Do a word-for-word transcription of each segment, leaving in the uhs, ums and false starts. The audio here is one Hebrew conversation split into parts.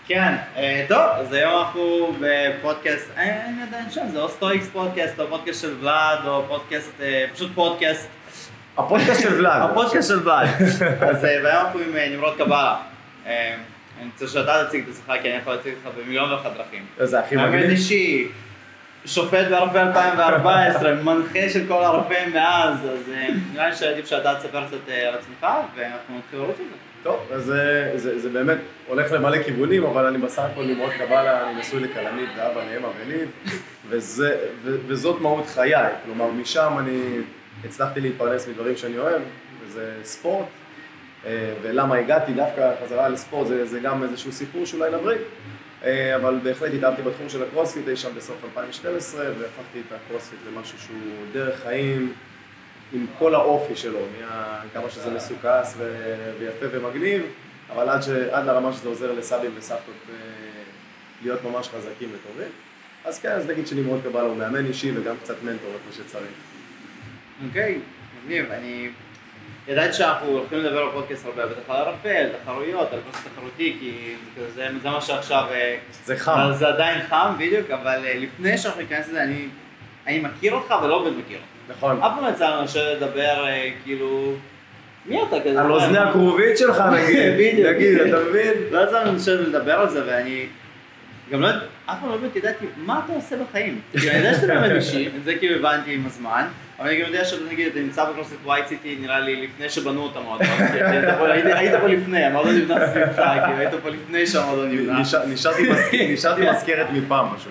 כן, טוב, אז היום אנחנו בפודקאסט, אני עדיין שם, זה או סטואיקס פודקאסט, או פודקאסט של ולד, או פודקאסט, פשוט פודקאסט. הפודקאסט של ולד. הפודקאסט של ולד. אז היום אנחנו עם נמרוד קבלה. אני רוצה שאתה תציג את עצמך, כי אני יכול להציג אותך במיליון ואחת דרכים. זה הכי מגניב. האמת אישי, שופט בערפי אלפיים וארבע עשרה, מנחה של כל הערפים מאז, אז נראה לי שעדיף שאתה תספר קצת על עצמך, ואנחנו נתחיל לרוץ את זה. טוב, אז זה, זה, זה באמת הולך למלא כיוונים, אבל אני בסך הכל נמרוד קבלה, אני נשוי לכלנית ואבא לאמא וניב, וזה, ו, וזאת מהות חיי, כלומר משם אני הצלחתי להתפרנס מדברים שאני אוהב, וזה ספורט, ולמה הגעתי דווקא חזרה לספורט, זה, זה גם איזשהו סיפור שאולי נבריא, אבל בהחלט התאהבתי בתחום של הקרוספיט, אי שם בסוף אלפיים ושתים עשרה, והפכתי את הקרוספיט למשהו שהוא דרך חיים, עם כל האופי שלו, כמה שזה מסוכס ויפה ומגניב, אבל עד, ש... עד לרמה שזה עוזר לסבים וסבתות להיות ממש חזקים וטובים. אז כן, אז נגיד שנמרוד קבלה הוא מאמן אישי וגם קצת מנטור, כמו שצריך. אוקיי, מגניב. אני ידעתי שאנחנו הולכים לדבר על פודקאסט הרבה, בטח על ערפל, תחרויות, על פודקאסט תחרותי, כי זה, זה מה שעכשיו... זה חם. זה עדיין חם, בדיוק, אבל לפני שאנחנו ניכנס לזה, אני, אני מכיר אותך ולא עובד מכיר אותך. נכון. אף פעם יצא לנו לדבר, כאילו, מי אתה כזה? על אוזני הקרובית שלך נגיד, נגיד, אתה מבין? לא יצא לנו לדבר על זה, ואני גם לא, אף פעם לא באמת ידעתי מה אתה עושה בחיים. כי אני יודע שאתה באמת אישי, את זה כאילו הבנתי עם הזמן, אבל אני גם יודע שאתה נגיד, אתה נמצא בקרוספיט ווייט סיטי, נראה לי לפני שבנו אותם עוד, היית פה לפני, המועדון נבנה סביבך, כאילו היית פה לפני שהמועדון נבנה. נשארתי מזכרת מפעם פשוט.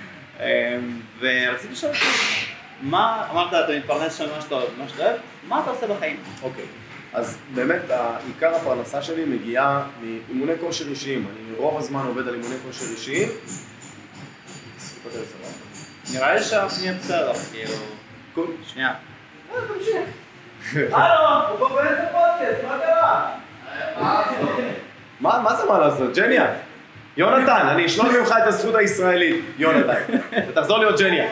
ורציתי לשאול אותך, מה, אמרת, אתה מתפרנס שם מה שאתה אוהב, מה שאתה אוהב, מה אתה עושה בחיים? אוקיי, אז באמת, עיקר הפרנסה שלי מגיעה מאימוני כושר אישיים. אני רוב הזמן עובד על אימוני כושר אישיים. נראה לי שאנחנו נהיה בסדר, כאילו... קול. שנייה. אה, תמשיך. הלו, הוא פה באמצע פודקאסט, מה קרה? מה זה מה לעשות? ג'ניה. יונתן, אני אשלול ממך את הזכות הישראלית, יונתן. ותחזור להיות ג'ניה.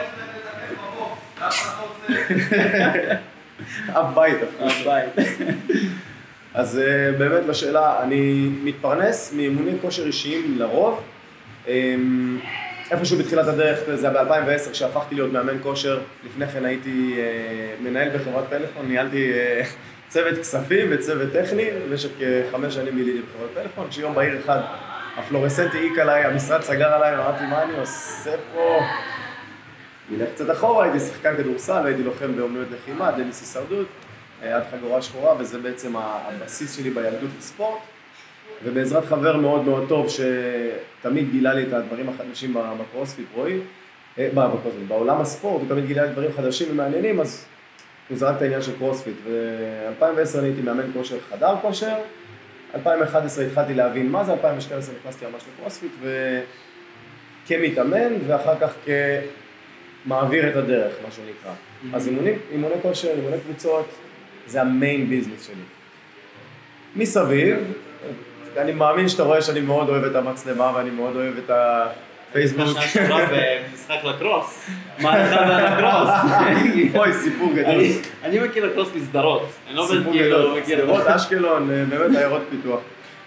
אף בית, אף בית. אז באמת לשאלה, אני מתפרנס מאימוני כושר אישיים לרוב. איפשהו בתחילת הדרך, זה היה ב-אלפיים ועשר כשהפכתי להיות מאמן כושר. לפני כן הייתי מנהל בחברת פלאפון, ניהלתי צוות כספים וצוות טכני, במשך כחמש שנים ביליתי בחברת פלאפון, כשיום בהיר אחד הפלורסנטי העיק עליי, המשרד סגר עליי, ואמרתי מה אני עושה פה? נלך קצת אחורה, הייתי שחקן כדורסל, הייתי לוחם באומנויות לחימה, דניס הישרדות, עד חגורה שחורה, וזה בעצם הבסיס שלי בילדות בספורט. ובעזרת חבר מאוד מאוד טוב שתמיד גילה לי את הדברים החדשים בקרוספיט, רועי, בקרוספיט, בעולם הספורט, הוא תמיד גילה לי דברים חדשים ומעניינים, אז הוא זרק את העניין של קרוספיט. ב-אלפיים ועשר אני הייתי מאמן כושר חדר כושר, אלפיים ואחת עשרה התחלתי להבין מה זה, אלפיים ושתים עשרה נכנסתי ממש לקרוספיט, וכמתאמן ואחר כך כמעביר את הדרך, מה שנקרא. אז אימוני, אימוני כושר, אימוני קבוצות, זה המיין ביזנס שלי. מסביב, אני מאמין שאתה רואה שאני מאוד אוהב את המצלמה ואני מאוד אוהב את הפייסבוק. אתה שם במשחק לקרוס. מה לך בלקרוס? אוי, סיפור גדול. אני מכיר לקרוס מסדרות. סיפור גדול. סדרות, אשקלון, באמת עיירות פיתוח.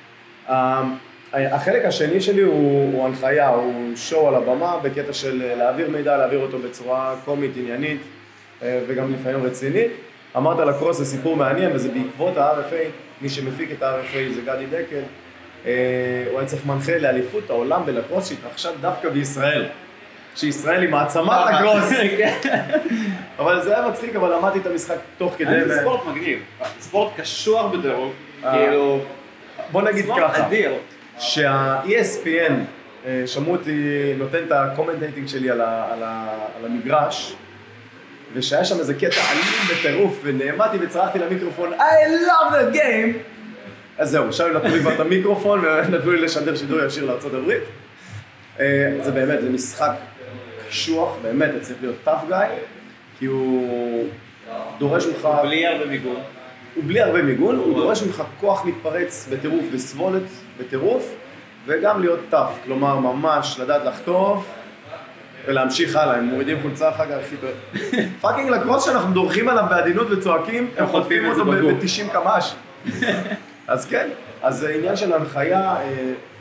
החלק השני שלי הוא הנחיה, הוא שואו על הבמה בקטע של להעביר מידע, להעביר אותו בצורה קומית, עניינית וגם לפעמים רצינית. אמרת לקרוס זה סיפור מעניין וזה בעקבות ה-אר אף איי, מי שמפיק את ה-אר אף איי זה גדי דקל, הוא היה צריך מנחה לאליפות העולם בלקרוס שהתרחשה דווקא בישראל, שישראל היא מעצמת לקרוס, אבל זה היה מצחיק, אבל למדתי את המשחק תוך כדי. זה ספורט מגניב, ספורט קשוח בדירוג, כאילו, בוא נגיד ככה, אדיר. שה-אי אס פי אן שמעו אותי נותן את הקומנטייטינג שלי על המגרש, ושהיה שם איזה קטע אלים בטירוף, ונעמדתי וצרחתי למיקרופון, I love that game! אז זהו, שם נתנו לי כבר את המיקרופון, ונתנו לי לשדר שידור ישיר לארצות הברית. זה באמת, זה משחק קשוח, באמת, זה צריך להיות tough guy, כי הוא דורש ממך... בלי הרבה מיגון. הוא בלי הרבה מיגון, הוא דורש ממך כוח מתפרץ בטירוף וסבולת בטירוף, וגם להיות tough, כלומר ממש לדעת לחטוף, ולהמשיך הלאה, הם מורידים חולצה אחר כך הכי טוב. פאקינג לקרוס שאנחנו דורכים עליו בעדינות וצועקים, הם חוטפים אותו ב-תשעים קמ"ש. אז כן, אז זה עניין של הנחיה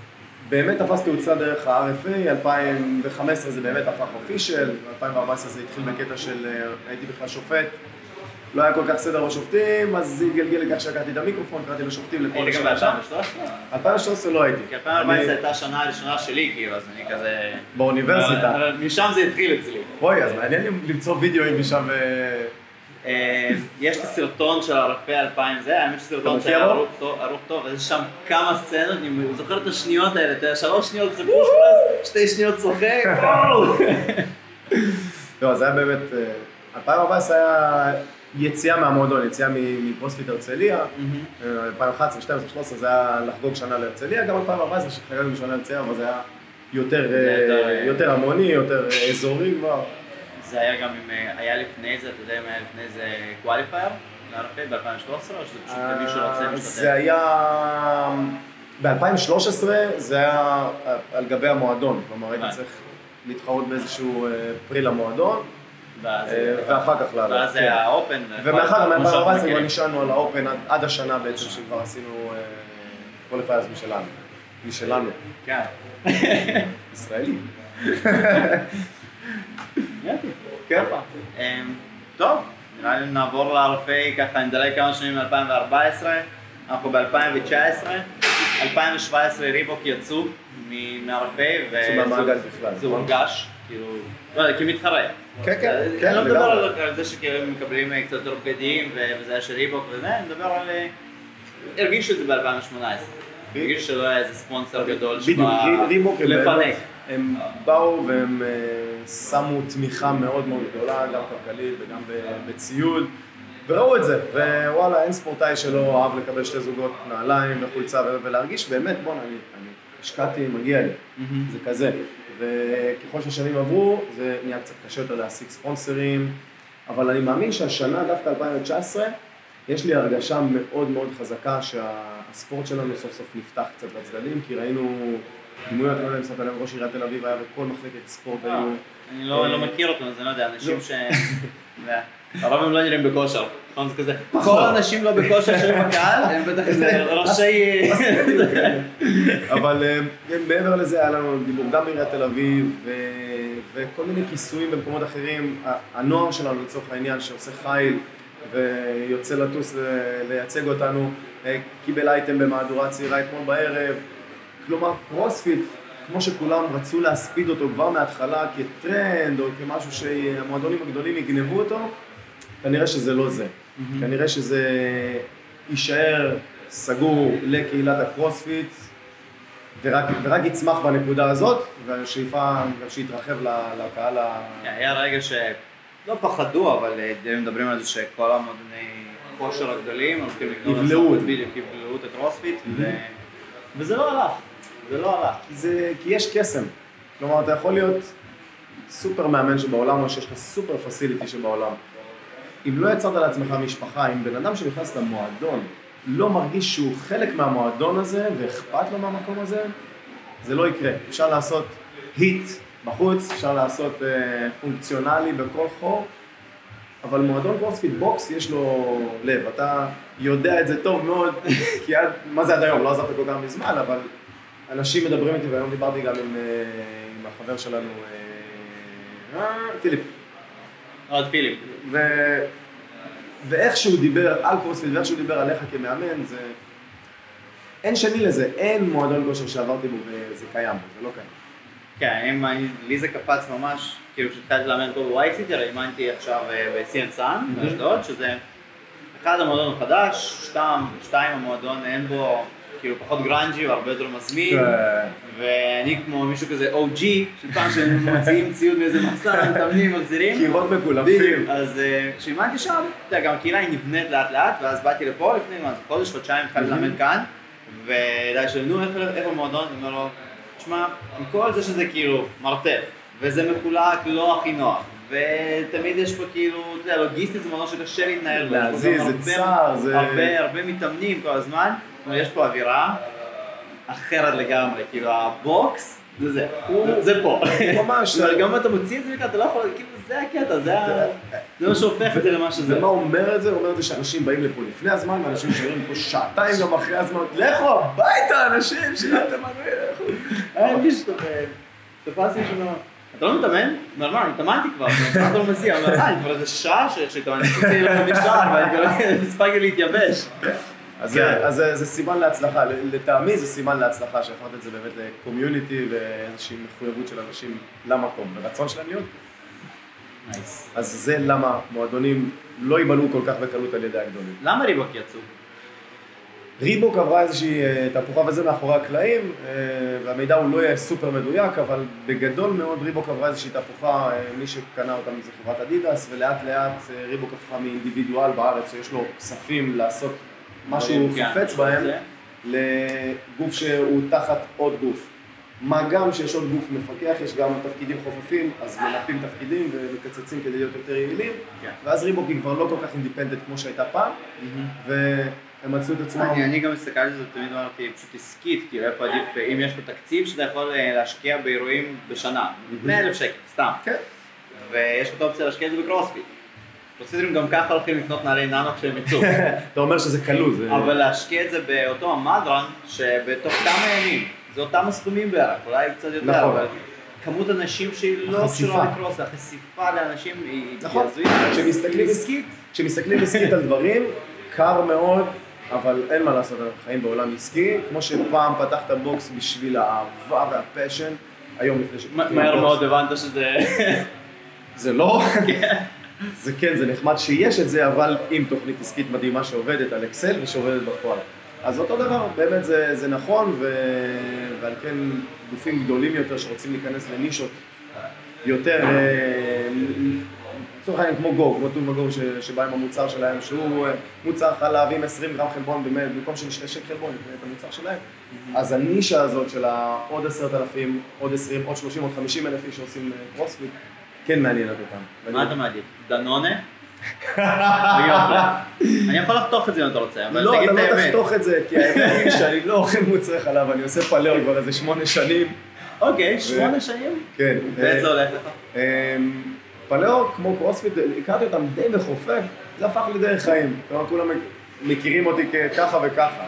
באמת תפס תאוצה דרך ה-אר אף איי, אלפיים וחמש עשרה זה באמת הפך אופישל, אלפיים וארבע עשרה זה התחיל בקטע של הייתי בכלל שופט, לא היה כל כך סדר בשופטים, אז זה התגלגל לכך שלקחתי את המיקרופון, קראתי לשופטים לכל הייתי גם ב-אלפיים ושלוש עשרה? אלפיים ושלוש עשרה לא הייתי. כי אלפיים וארבע עשרה הייתה השנה הראשונה שלי, כאילו, אז אני כזה... באוניברסיטה. משם זה התחיל אצלי. אוי, אז מעניין למצוא וידאוים משם. יש את הסרטון של אר אף איי אלפיים זה, האמת שסרטון שהיה ערוך טוב, אז יש שם כמה סצנות, אני זוכר את השניות האלה, אתה שלוש שניות זה פושפרס, שתי שניות צוחק, וואו! לא, זה היה באמת, אלפיים וארבע עשרה היה יציאה מהמועדון, יציאה מקרוספיט הרצליה, אלפיים ואחת עשרה, שתים עשרה, שלוש עשרה זה היה לחגוג שנה להרצליה, גם אלפיים וארבע עשרה שחגגנו שנה להרצליה, אבל זה היה יותר המוני, יותר אזורי כבר. זה היה גם אם היה לפני זה, אתה יודע אם היה לפני זה קואליפייר, ל-אר אף איי ב-אלפיים ושלוש עשרה, או שזה פשוט למישהו רוצה משתתף? זה היה... ב-אלפיים ושלוש עשרה זה היה על גבי המועדון, כלומר הייתי צריך להתחרות באיזשהו פרי למועדון, ואחר כך לעלות. ואז זה היה האופן. ומאחר ב-אלפיים וארבע עשרה כבר נשענו על האופן עד השנה בעצם שכבר עשינו קואליפיירס משלנו. משלנו. כן. ישראלי. כן. טוב, נראה לי נעבור ל-אר אף איי, ככה נדלג כמה שנים מ-אלפיים וארבע עשרה, אנחנו ב-אלפיים ותשע עשרה, אלפיים שבע עשרה ריבוק יצאו מ-אר אף איי, יצאו במעגל בכלל. זה הורגש, כאילו, לא יודע, כמתחרה. כן, כן, כן. אני לא מדבר על זה שכאילו מקבלים קצת יותר בגדים וזה היה של ריבוק וזה, אני מדבר על... הרגישו את זה ב-אלפיים ושמונה עשרה. הרגישו שלא היה איזה ספונסר גדול שבא לפנק. הם באו והם שמו תמיכה מאוד מאוד גדולה, גם כלכלית וגם בציוד, וראו את זה, ווואלה, אין ספורטאי שלא אהב לקבל שתי זוגות נעליים וחולצה, ולהרגיש באמת, בוא, אני השקעתי, מגיע לי, זה כזה. וככל שהשנים עברו, זה נהיה קצת קשה יותר להשיג ספונסרים, אבל אני מאמין שהשנה, דווקא אלפיים ותשע עשרה, יש לי הרגשה מאוד מאוד חזקה שהספורט שלנו סוף סוף נפתח קצת לצדדים, כי ראינו דמויות, לא יודע אם ספר להם, ראש עיריית תל אביב היה וכל מחלקת ספורט היו... אני לא מכיר אותו, אז אני לא יודע, אנשים ש... הרוב הם לא נראים בכושר, נכון זה כזה, כל האנשים לא בכושר שהם בקהל, הם בטח איזה ראשי... אבל מעבר לזה היה לנו דיבור גם בעיריית תל אביב וכל מיני כיסויים במקומות אחרים, הנוער שלנו לצורך העניין שעושה חיל ויוצא לטוס ולייצג אותנו, קיבל אייטם במהדורה צעירה אתמול בערב, כלומר קרוספיט, כמו שכולם רצו להספיד אותו כבר מההתחלה כטרנד או כמשהו שהמועדונים הגדולים יגנבו אותו, כנראה שזה לא זה. Mm-hmm. כנראה שזה יישאר סגור לקהילת הקרוספיט ורק, ורק יצמח בנקודה הזאת, והשאיפה גם שיתרחב לקהל ה... היה רגע שלא פחדו, אבל מדברים על זה שכל המועדוני כושר הגדולים הולכים יבלעו את זה. בדיוק, יבלעו את הקרוספיט, ו... וזה לא הלך. זה לא הלך. כי, זה, כי יש קסם. כלומר, אתה יכול להיות סופר מאמן שבעולם, או שיש לך סופר פסיליטי שבעולם. אם לא יצרת לעצמך משפחה, אם בן אדם שנכנס למועדון לא מרגיש שהוא חלק מהמועדון הזה ואכפת לו מהמקום הזה, זה לא יקרה. אפשר לעשות היט בחוץ, אפשר לעשות אה, פונקציונלי בכל חור, אבל מועדון קרוספיט בוקס יש לו לב. אתה יודע את זה טוב מאוד, כי עד, מה זה עד היום? לא עזבת כל כך מזמן, אבל אנשים מדברים איתי, והיום דיברתי גם עם, עם החבר שלנו, פיליפ. עוד פיליפ. ו... ואיך שהוא דיבר על קרוספיט, ואיך שהוא דיבר עליך כמאמן, זה... אין שני לזה, אין מועדון כושר שעברתי בו וזה קיים, זה לא קיים. כן, אם, לי זה קפץ ממש, כאילו כשהתחלתי לאמן פה בווייט סיטי, אימנתי עכשיו ב-סי אן סאן, באשדוד, שזה אחד המועדון החדש, שתיים, שתיים המועדון אין בו כאילו פחות גרנג'י והרבה יותר מזמין, ואני כמו מישהו כזה או ג'י, שפעם שהם מוציאים ציוד מאיזה מחסן, מתאמנים, מחזירים. קירות מקולפים. אז כשאימנתי שם, אתה יודע, גם הקהילה היא נבנית לאט לאט, ואז באתי לפה לפני חודש, חודשיים, התחלתי לאמן כאן, ודי שלנו, איך המועדון, אני אומר לו, תשמע, עם כל זה שזה כאילו מרתף, וזה מחולק לא הכי נוח, ותמיד יש פה כאילו, אתה יודע, לוגיסטית זה מועדון שקשה להתנהל בו. להזיז, זה צער, זה... הרבה, הרבה מתאמנים כל הזמן, יש פה אווירה אחרת לגמרי, כאילו הבוקס, זה זה, זה פה. ממש. גם אם אתה מוציא את זה מכאן, אתה לא יכול, כאילו זה הקטע, זה מה שהופך את זה למה שזה. ומה אומר את זה? הוא אומר את זה שאנשים באים לפה לפני הזמן, ואנשים שרים פה שעתיים גם אחרי הזמן, לכו הביתה אנשים, שילמתם מנוי, לכו. היה מרגיש שאתה תפסתי שלו. אתה לא מתאמן? אומר, מה, אני התאמנתי כבר, אתה לא מזיע, אני אומר, אה, אני כבר איזה שעה שהתאמנתי, אני לא מבין שעה, ואני כבר הספקתי להתייבש. אז זה סימן להצלחה, לטעמי זה סימן להצלחה, שהפכת את זה באמת לקומיוניטי ואיזושהי מחויבות של אנשים למקום, ורצון שלהם להיות. אז זה למה מועדונים לא ייבלעו כל כך בקלות על ידי הגדולים. למה ריבוק יצאו? ריבוק עברה איזושהי תהפוכה וזה מאחורי הקלעים, והמידע הוא לא יהיה סופר מדויק, אבל בגדול מאוד ריבוק עברה איזושהי תהפוכה, מי שקנה אותם זה חברת אדידס, ולאט לאט ריבוק הפכה מאינדיבידואל בארץ, שיש לו כספים לעשות משהו חפץ בהם, לגוף שהוא תחת עוד גוף. מה גם שיש עוד גוף מפקח, יש גם תפקידים חופפים, אז מנפים תפקידים ומקצצים כדי להיות יותר יעילים, ואז ריבוק היא כבר לא כל כך אינדיפנדנט כמו שהייתה פעם, והם מצאו את עצמם. אני גם מסתכל על זה, תמיד אמרתי, פשוט עסקית, כאילו איפה עדיף, אם יש פה תקציב שאתה יכול להשקיע באירועים בשנה, מאה אלף שקל, סתם. ויש לך אופציה להשקיע את זה בקרוספיט. קרוספיטרים גם ככה הולכים לקנות נעלי נאנו כשהם יצאו. אתה אומר שזה קלוז. אבל להשקיע את זה באותו המדרן, שבתוך כמה ימים, זה אותם הסכומים בערך, אולי קצת יותר, אבל כמות אנשים שהיא לא קשורה לקרוס, החשיפה לאנשים היא הזויה. כשמסתכלים עסקית על דברים, קר מאוד, אבל אין מה לעשות, אנחנו חיים בעולם עסקי, כמו שפעם פתחת בוקס בשביל האהבה והפשן, היום לפני שפתחים בוקס. מהר מאוד הבנת שזה... זה לא, זה כן, זה נחמד שיש את זה, אבל עם תוכנית עסקית מדהימה שעובדת על אקסל ושעובדת בפועל. אז אותו דבר, באמת זה, זה נכון, ו... ועל כן גופים גדולים יותר שרוצים להיכנס לנישות יותר, לצורך העניין כמו גו, כמו טוב וגו ש... שבא עם המוצר שלהם, שהוא מוצר חלב עם עשרים גרם חלבון, במקום שנשתשק חלבון, נקרא את המוצר שלהם. אז הנישה הזאת של עוד עשרת אלפים, עוד עשרים, עוד שלושים, עוד חמישים אלף איש שעושים קרוספיט, כן מעניינת אותם. מה אתה מעדיף? דנונה? אני יכול לחתוך את זה אם אתה רוצה, אבל לא, תגיד את האמת. לא, אתה לא תחתוך את זה, כי האמת היא שאני לא אוכל מוצרי חלב, אני עושה פלאו כבר איזה שמונה שנים. אוקיי, שמונה שנים? כן. ואיזה הולך לך? פלאו, כמו קרוספיט, הכרתי אותם די מחופף, זה הפך לדרך חיים. כלומר, כולם מכירים אותי ככה וככה.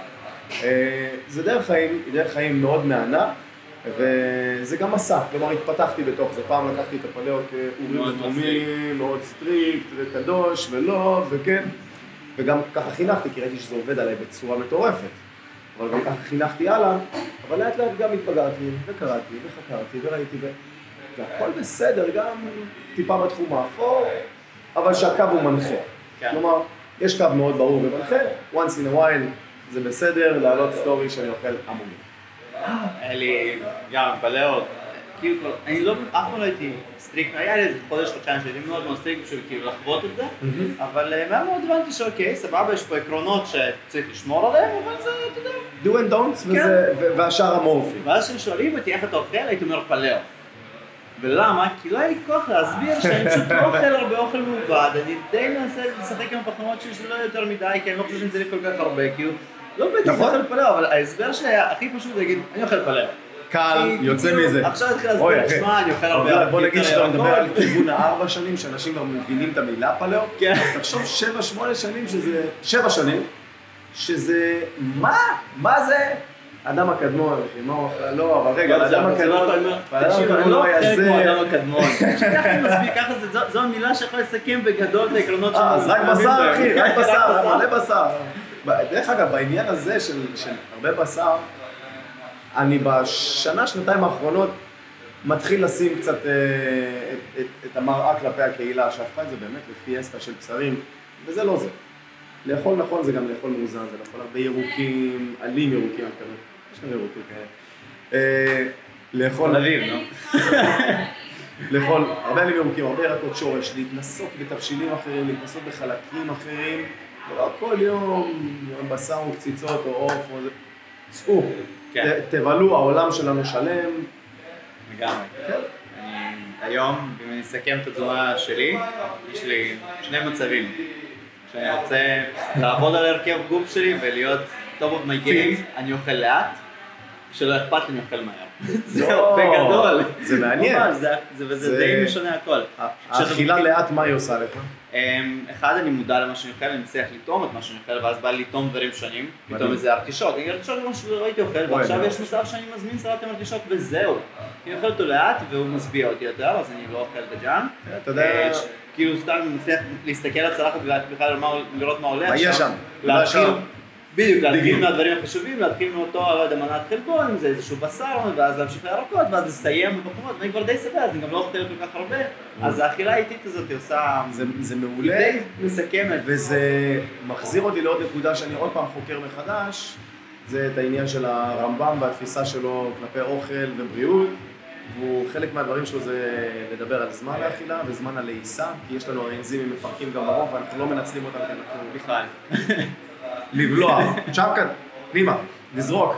זה דרך חיים, היא דרך חיים מאוד מענה. וזה גם מסע, כלומר התפתחתי בתוך זה, פעם לקחתי את הפלאו כאורים ותרומים, מאוד סטריקט וקדוש ולא וכן, וגם ככה חינכתי, כי ראיתי שזה עובד עליי בצורה מטורפת, אבל גם ככה חינכתי הלאה, אבל לאט לאט גם התבגרתי וקראתי וחקרתי וראיתי ו... והכל בסדר, גם טיפה בתחום האפור, אבל שהקו הוא מנחה, כלומר יש קו מאוד ברור ומנחה, once in a while זה בסדר להעלות סטורי שאני אוכל עמומים. היה לי גם פלאו, כאילו, אני לא, אף פעם לא הייתי סטריק, היה לי איזה חודש, חודשיים שהייתי מאוד מאוד סטריק בשביל כאילו לחוות את זה, אבל מה מאוד הבנתי שאוקיי, סבבה, יש פה עקרונות שצריך לשמור עליהם, אבל זה, אתה יודע. do and don'ts והשאר המורפי. ואז כששואלים אותי איך אתה אוכל, הייתי אומר פלאו. ולמה? כי לא היה לי כוח להסביר שאני פשוט לא אוכל הרבה אוכל מעובד, אני די מנסה לשחק עם הפחמות שלי שזה לא יותר מדי, כי אני לא חושב שאני צריך כל כך הרבה, כאילו, לא באמת אני אוכל פלאו, אבל ההסבר שלי הכי פשוט להגיד, אני אוכל פלאו. קל, יוצא מזה. עכשיו התחיל להסביר, תשמע, אני אוכל הרבה. בוא נגיד שאתה מדבר על כיוון הארבע שנים, שאנשים כבר מבינים את המילה פלאו, תחשוב שבע, שמונה שנים שזה, שבע שנים, שזה, מה? מה זה? אדם הקדמון, מה הוא אוכל? לא, אבל רגע, אדם הקדמון, תקשיב, אני לא אוכל כמו אדם הקדמון. ככה אני מסביר, ככה זו המילה שיכולה לסכם בגדול את העקרונות שלנו. אז רק בשר, אחי, רק בשר, מלא בשר. דרך אגב, בעניין הזה של הרבה בשר, אני בשנה, שנתיים האחרונות מתחיל לשים קצת את המראה כלפי הקהילה, שהפכה את זה באמת לפיאסטה של בשרים, וזה לא זה. לאכול נכון זה גם לאכול מאוזן, זה לאכול הרבה ירוקים, עלים ירוקים, יש גם ירוקים כאלה. לאכול... אביב, נו. לאכול הרבה עלים ירוקים, הרבה ירקות שורש, להתנסות בתבשילים אחרים, להתנסות בחלקים אחרים, ולא כל יום בשר או קציצות או עוף או זה. צאו, תבלו, העולם שלנו שלם. לגמרי. היום, אם אני אסכם את התזונה שלי, יש לי שני מצבים. שאני רוצה לעבוד על הרכב גוף שלי ולהיות top of my game, אני אוכל לאט. שלא אכפת לי מאוכל מהר. זהו, בגדול. זה מעניין. ממש, וזה די משנה הכל. האכילה לאט מה היא עושה לך? אחד, אני מודע למה שאני אוכל, אני מצליח לטעום את מה שאני אוכל, ואז בא לי לטעום דברים שונים, פתאום איזה ארטישות, אני ארטישות כמו שלא הייתי אוכל, ועכשיו יש מצב שאני מזמין סלט עם ארטישות וזהו. אני אוכל אותו לאט והוא משביע אותי יותר, אז אני לא אוכל את הג'אנק. אתה יודע... כאילו סתם מצליח להסתכל על הצלחת ובכלל לראות מה הולך שם. מה יש שם? בדיוק, להתחיל מהדברים החשובים, להתחיל מאותו, לא יודע, מנת חלבון, אם זה איזשהו בשר, ואז להמשיך לירקות, ואז לסיים בפחמות, ואני כבר די שבע, אז אני גם לא אוכל כל כך הרבה, אז האכילה האיטית הזאת עושה... זה מעולה, די מסכמת. וזה מחזיר אותי לעוד נקודה שאני עוד פעם חוקר מחדש, זה את העניין של הרמב"ם והתפיסה שלו כלפי אוכל ובריאות, וחלק מהדברים שלו זה לדבר על זמן לאכילה וזמן הלעיסה, כי יש לנו אנזימים מפרקים גם ברוב, ואנחנו לא מנצלים אותם כי אנחנו... בכלל. לבלוע, צ'אפקת, פנימה, לזרוק.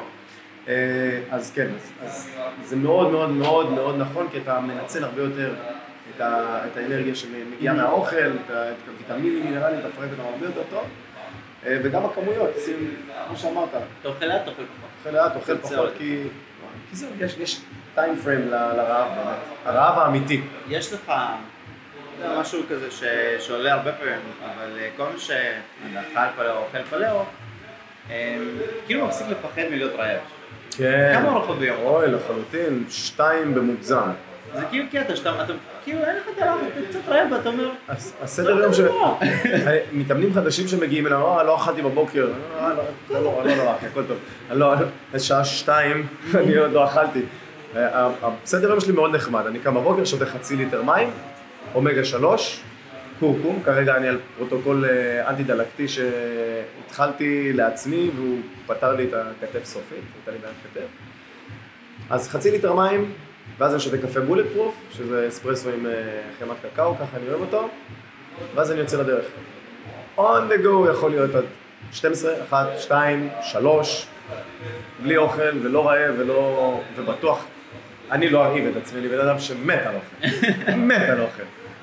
אז כן, אז זה מאוד מאוד מאוד מאוד נכון, כי אתה מנצל הרבה יותר את האנרגיה שמגיעה מהאוכל, את הוויטמינים, מינרלים, אתה מפרק אותם הרבה יותר טוב, וגם הכמויות, כמו שאמרת. אתה אוכל לאט, אתה אוכל פחות. אוכל לאט, אוכל פחות, כי זהו, יש טיים פריים לרעב באמת, הרעב האמיתי. יש לך... זה משהו כזה שעולה הרבה פעמים, אבל כל מי שאכל פלאו או אוכל פלאו, כאילו מפסיק לפחד מלהיות רעב. כן. כמה ארוחות ביום? אוי, לחלוטין, שתיים במוגזם. זה כאילו קטע, שאתה, כאילו אין לך את הלחץ, אתה קצת רעב ואתה אומר... הסדר יום ש... מתאמנים חדשים שמגיעים אלינו, לא אכלתי בבוקר, לא, לא, לא, לא, הכל טוב. לא, שעה שתיים, אני עוד לא אכלתי. הסדר יום שלי מאוד נחמד, אני קם בבוקר, שותה חצי ליטר מים, אומגה שלוש, קורקום, כרגע אני על פרוטוקול אנטי דלקתי שהתחלתי לעצמי והוא פתר לי את הכתף סופית, נתן לי בעיה כתף. אז חצי ליטר מים, ואז אני שותה קפה בולט פרוף, שזה אספרסו עם חמת קקאו, ככה אני אוהב אותו, ואז אני יוצא לדרך. On the go יכול להיות עד שתים עשרה, אחת, שתיים, שלוש, בלי אוכל ולא רעב ולא... ובטוח. אני לא ארעיב את עצמי, אני בן אדם שמת על אוכל, מת על אוכל.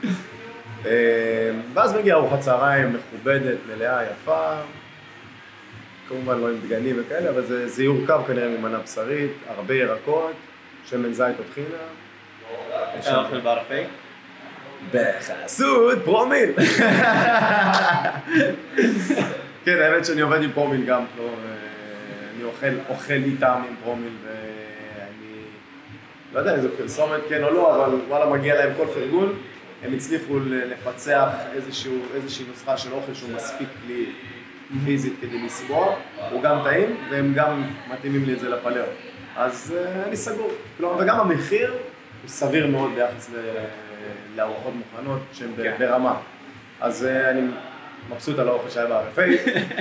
ואז מגיעה ארוחת צהריים מכובדת, מלאה, יפה, כמובן לא עם דגנים וכאלה, אבל זה, זה יורכב כנראה ממנה בשרית, הרבה ירקות, שמן זית או טחינה. אתה אוכל בערפי? בחסות פרומיל. כן, האמת שאני עובד עם פרומיל גם, אני אוכל, אוכל איתם עם פרומיל, לא יודע אם זה פרסומת כן או לא, אבל וואלה מגיע להם כל פרגון, הם הצליחו לפצח איזושהי נוסחה של אוכל שהוא מספיק לי פיזית כדי לסבוע, הוא גם טעים והם גם מתאימים לי את זה לפלאו. אז אני סגור, וגם המחיר הוא סביר מאוד ביחס לארוחות מוכנות שהן ברמה. אז אני מבסוט על האוכל שהיה בערפי,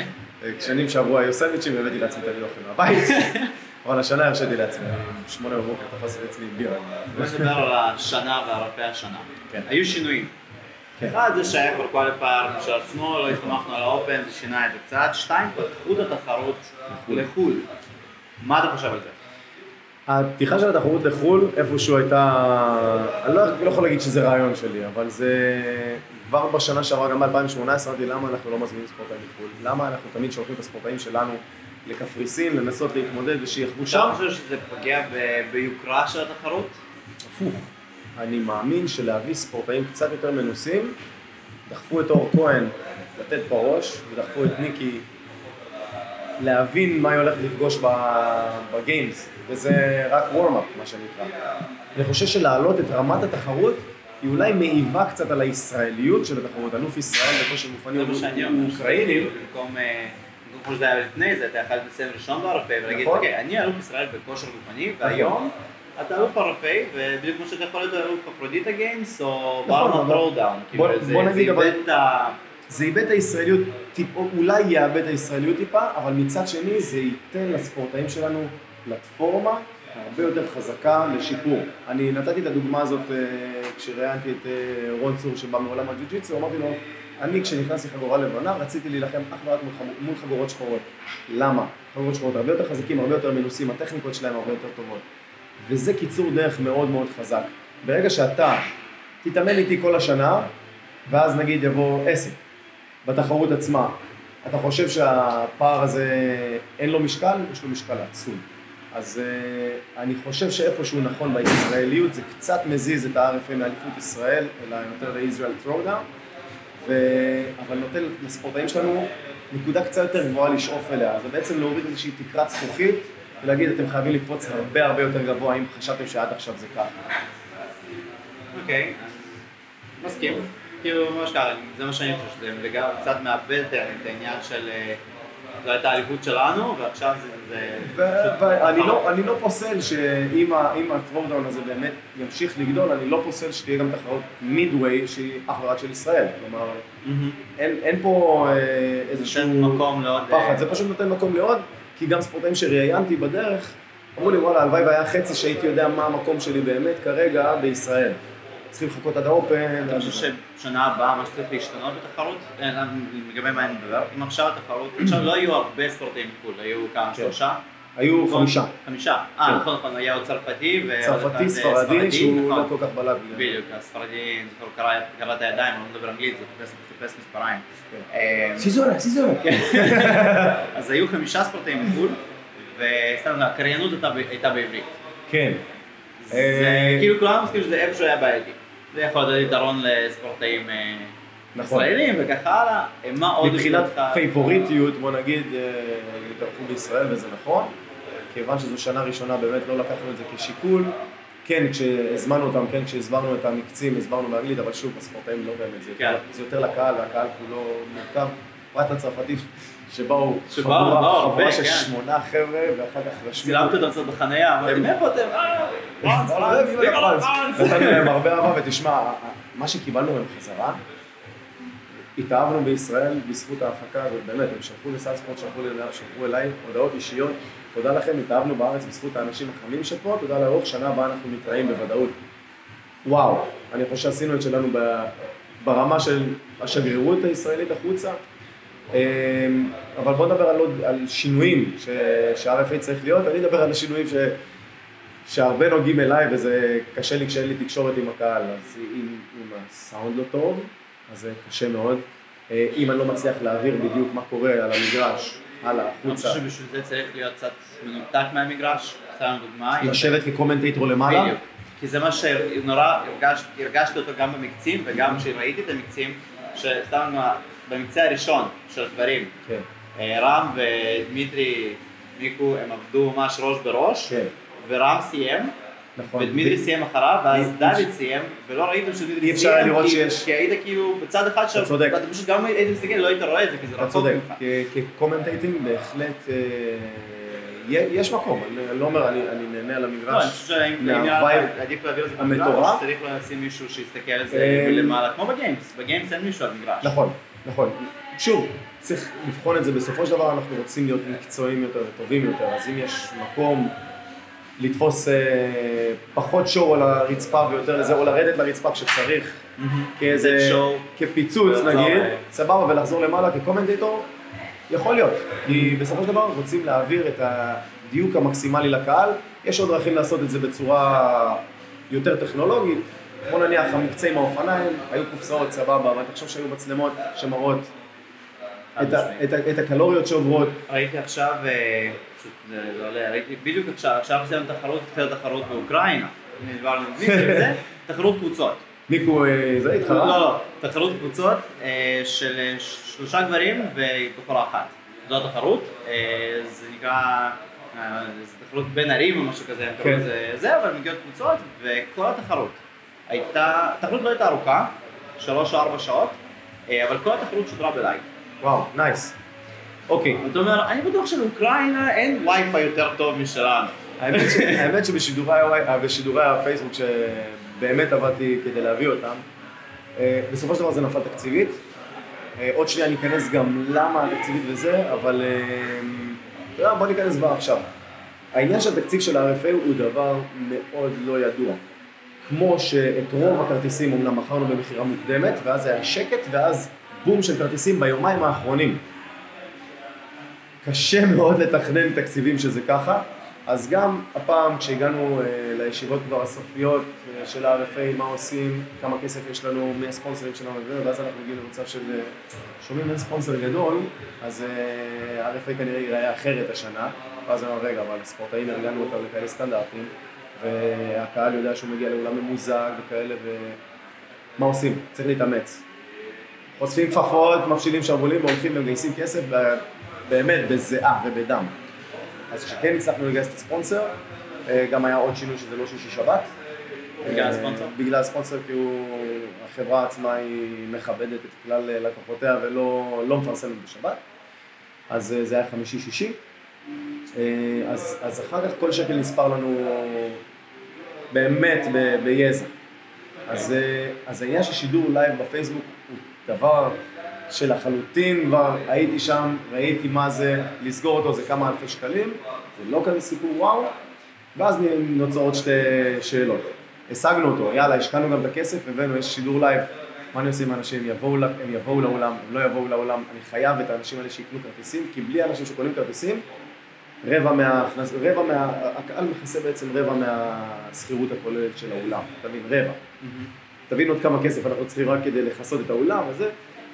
כשנים שעברו היו סנדוויצ'ים והבאתי לעצמי את האוכל מהבית. אבל השנה הרשיתי לעצמי, שמונה בבוקר תפסתי לעצמי בירה. בוא נדבר על השנה וערפי השנה. היו שינויים. אחד זה שהיה כבר קואליפייר של עצמו, לא הסתמכנו על האופן, זה שינה את זה קצת. שתיים, פתחו את התחרות לחו"ל. מה אתה חושב על זה? הפתיחה של התחרות לחו"ל, איפשהו הייתה... אני לא יכול להגיד שזה רעיון שלי, אבל זה... כבר בשנה שעברה, גם ב-אלפיים שמונה עשרה, אמרתי למה אנחנו לא מזמינים ספורטאים לחו"ל. למה אנחנו תמיד שולחים את הספורטאים שלנו לקפריסין, לנסות להתמודד ושיחבו שם. אתה חושב שזה פוגע ביוקרה של התחרות? הפוך. אני מאמין שלהביא ספורטאים קצת יותר מנוסים, דחפו את אור כהן לתת בראש, ודחפו את ניקי להבין מה היא הולכת לפגוש בגיימס, וזה רק וורם-אפ, מה שנקרא. אני חושב שלהעלות את רמת התחרות, היא אולי מעיבה קצת על הישראליות של התחרות. אלוף ישראל בכושר גופני הוא אוקראיני. במקום... כמו שזה היה לפני זה, אתה יכול לסיים ראשון בערפי ולהגיד, אוקיי, אני אלוף ישראל בכושר גופני, והיום אתה אלוף ערפי, ובדיוק כמו שאתה יכול להיות אלוף אפרודיטה גיימס, או ברמה פרו-דאון, בוא נגיד, אבל זה איבד את הישראליות, אולי יאבד את הישראליות טיפה, אבל מצד שני זה ייתן לספורטאים שלנו פלטפורמה הרבה יותר חזקה לשיפור. אני נתתי את הדוגמה הזאת כשראיינתי את רון צור שבא מעולם הג'יוג'יטסו, אמרתי לו, אני כשנכנסתי חגורה לבנה רציתי להילחם אך ורק מול חגורות שחורות. למה? חגורות שחורות הרבה יותר חזקים, הרבה יותר מנוסים, הטכניקות שלהם הרבה יותר טובות. וזה קיצור דרך מאוד מאוד חזק. ברגע שאתה תתאמן איתי כל השנה, ואז נגיד יבוא עסק בתחרות עצמה, אתה חושב שהפער הזה אין לו משקל? יש לו משקל עצום. אז uh, אני חושב שאיפשהו נכון בישראליות, זה קצת מזיז את ה-אר אף איי מאליפות ישראל, אלא יותר ל-Israel Throwdown, ו... אבל נותן לספורטאים שלנו נקודה קצת יותר גבוהה לשאוף אליה, זה בעצם להוריד איזושהי תקרת זכוכית, ולהגיד אתם חייבים לקפוץ הרבה הרבה יותר גבוה, אם חשבתם שעד עכשיו זה ככה. אוקיי, מסכים. כאילו ממש ככה, זה מה שאני חושב, שזה וגם קצת מאבד את העניין של זו הייתה האליפות שלנו, ועכשיו זה... ואני לא פוסל שאם ה-Throwdown הזה באמת ימשיך לגדול, אני לא פוסל שתהיה גם תחרות מידווי שהיא אך ורק של ישראל, כלומר, אין פה איזשהו פחד, זה פשוט נותן מקום לעוד, כי גם ספורטאים שראיינתי בדרך, אמרו לי וואלה, הלוואי והיה חצי שהייתי יודע מה המקום שלי באמת כרגע בישראל. צריכים לחכות עד האופן. אני חושב ששנה הבאה מה שצריך להשתנות בתחרות, לגבי מה אני מדבר, אם עכשיו התחרות, עכשיו לא היו הרבה ספורטאים בחו"ל, היו כמה, שלושה? היו חמישה. חמישה, אה נכון נכון, היה עוד צרפתי צרפתי, ספרדי, שהוא לא כל כך בלט. בדיוק, הספרדי, זה קרא את הידיים, אני לא מדבר אנגלית, זה חיפש מספריים. סיזורה, סיזורה. אז היו חמישה ספורטאים בחו"ל, וסתם, הקריינות הייתה בעברית. כן. זה כאילו כולנו מסכים שזה איפה שהיה בעייתי. זה יכול להיות יתרון לספורטאים ישראלים וככה הלאה. מה עוד... מבחינת פייבוריטיות, בוא נגיד, התארחו בישראל וזה נכון. כיוון שזו שנה ראשונה באמת לא לקחנו את זה כשיקול. כן, כשהזמנו אותם, כן, כשהסברנו את המקצים, הסברנו באנגלית, אבל שוב, הספורטאים לא באמת, זה יותר לקהל, והקהל כולו מורכב, פרט לצרפתים. שבאו חבורה של שמונה חבר'ה ואחר כך רשמו. צילמת אותם קצת בחנייה, אמרתי, מאיפה אתם? פרנס, פרנס, פרנס. נתנו להם הרבה אהבה ותשמע, מה שקיבלנו מהם חזרה, התאהבנו בישראל בזכות ההפקה הזאת, באמת, הם שלחו לסל ספורט, שלחו אליי הודעות אישיות, תודה לכם, התאהבנו בארץ בזכות האנשים החמים שפה, תודה לאורך, שנה הבאה אנחנו מתראים בוודאות. וואו, אני חושב שעשינו את שלנו ברמה של השגרירות הישראלית החוצה, אבל בוא נדבר על, עוד, על שינויים ש-אר אף איי צריך להיות, אני אדבר על השינויים ש... שהרבה נוגעים אליי וזה קשה לי כשאין לי תקשורת עם הקהל, אז אם, אם הסאונד לא טוב, אז זה קשה מאוד, אם אני לא מצליח להעביר בדיוק מה קורה על המגרש, הלאה, החוצה. אני חושב שבשביל זה צריך להיות קצת מנותק מהמגרש, סתם דוגמה. לשבת כקומנטייטור למעלה? בדיוק, כי זה מה שנורא הרגש, הרגשתי אותו גם במקצים וגם כשראיתי את המקצים, שסתם במקצה הראשון של הדברים, כן. רם ודמיטרי מיקו הם עבדו ממש ראש בראש, כן. ורם סיים, נכון. ודמיטרי ו... סיים אחריו, ואז דוד סיים, ולא ראיתם שדמיטרי סיים, אפשר לראות כי, שיש... כי היית כאילו בצד אחד שם, ואתה פשוט גם היית מסתכל, לא היית רואה את זה, כי זה רחוק ממך. כקומנטייטינג בהחלט אה, יש מקום, אני לא אומר, אני, אני נהנה על המגרש, לא, אני חושב שאם עדיף להעביר את זה במגרש, צריך לשים מישהו שיסתכל על זה מלמעלה, כמו בגיימס, בגיימס אין מישהו על מגרש. נכון. נכון. שוב, צריך לבחון את זה, בסופו של דבר אנחנו רוצים להיות מקצועיים יותר וטובים יותר, אז אם יש מקום לתפוס אה, פחות שואו על הרצפה ויותר לזה, או לרדת לרצפה כשצריך, mm-hmm. כאיזה, כפיצוץ נגיד, סבבה, ולחזור למעלה כקומנטייטור, יכול להיות, כי בסופו של דבר רוצים להעביר את הדיוק המקסימלי לקהל, יש עוד דרכים לעשות את זה בצורה יותר טכנולוגית, כמו נניח המקצה עם האופניים, היו קופסאות סבבה, אבל תחשוב שהיו מצלמות שמראות את, ה, את, ה, את הקלוריות שעוברות. ראיתי עכשיו, פשוט זה לא עולה, ראיתי בדיוק עכשיו, עכשיו עושים תחרות, תחילת תחרות באוקראינה, דיברנו זה, תחרות קבוצות. מיקו, זה התחרה? לא, לא, תחרות קבוצות של שלושה גברים ובחורה אחת. זו התחרות, זה נקרא, זה תחרות בין ערים או משהו כזה, כן. זה, זה, אבל מגיעות קבוצות וכל התחרות. הייתה, התחרות לא הייתה ארוכה, שלוש או ארבע שעות, אבל כל התחרות שודרה בלייב. וואו, נייס. אוקיי. אתה אומר, אני בטוח שבאוקראינה אין וי-פיי יותר טוב משלנו. האמת שבשידורי הפייסבוק שבאמת עבדתי כדי להביא אותם, בסופו של דבר זה נפל תקציבית. עוד שנייה אני אכנס גם למה התקציבית וזה, אבל בוא ניכנס בה עכשיו. העניין של התקציב של ה-אר אף איי הוא דבר מאוד לא ידוע. כמו שאת רוב הכרטיסים אומנם מכרנו במחירה מוקדמת, ואז היה שקט, ואז בום של כרטיסים ביומיים האחרונים. קשה מאוד לתכנן תקציבים שזה ככה, אז גם הפעם כשהגענו uh, לישיבות כבר הסופיות uh, של ה-אר אף איי, מה עושים, כמה כסף יש לנו, מי הספונסרים שלנו, ואז אנחנו מגיעים למצב של uh, שומעים אין ספונסר גדול, אז ה-אר אף איי כנראה ייראה אחרת השנה, ואז אמרנו רגע, אבל הספורטאים ארגנו אותם לכאלה סטנדרטים, והקהל יודע שהוא מגיע לעולם ממוזג וכאלה, ומה עושים? צריך להתאמץ. חושפים כפפות, מפשילים שרוולים והולכים ומגייסים כסף באמת בזיעה ובדם. אז כשכן הצלחנו לגייס את הספונסר, גם היה עוד שינוי שזה לא שישי שבת. בגלל הספונסר? בגלל הספונסר, כי הוא, החברה עצמה היא מכבדת את כלל לקוחותיה ולא לא מפרסמת בשבת. אז זה היה חמישי-שישי. אז, אז אחר כך כל שקל נספר לנו באמת ב, ביזע. אז, אז העניין ששידור לייב בפייסבוק הוא דבר שלחלוטין כבר הייתי שם, ראיתי מה זה, לסגור אותו זה כמה אלפי שקלים, זה לא כזה סיפור וואו, ואז נוצרות שתי שאלות. השגנו אותו, יאללה, השקענו גם את הכסף, הבאנו, יש שידור לייב, מה אני עושה עם האנשים, יבואו, הם יבואו לעולם, הם לא יבואו לעולם, אני חייב את האנשים האלה שיקנו כרטיסים, כי בלי אנשים שקונים כרטיסים, רבע מה, רבע מה, הקהל מכסה בעצם רבע מהסחירות הכוללת של האולם, תבין, רבע. Mm-hmm. תבין עוד כמה כסף אנחנו צריכים רק כדי לחסות את האולם, וזה,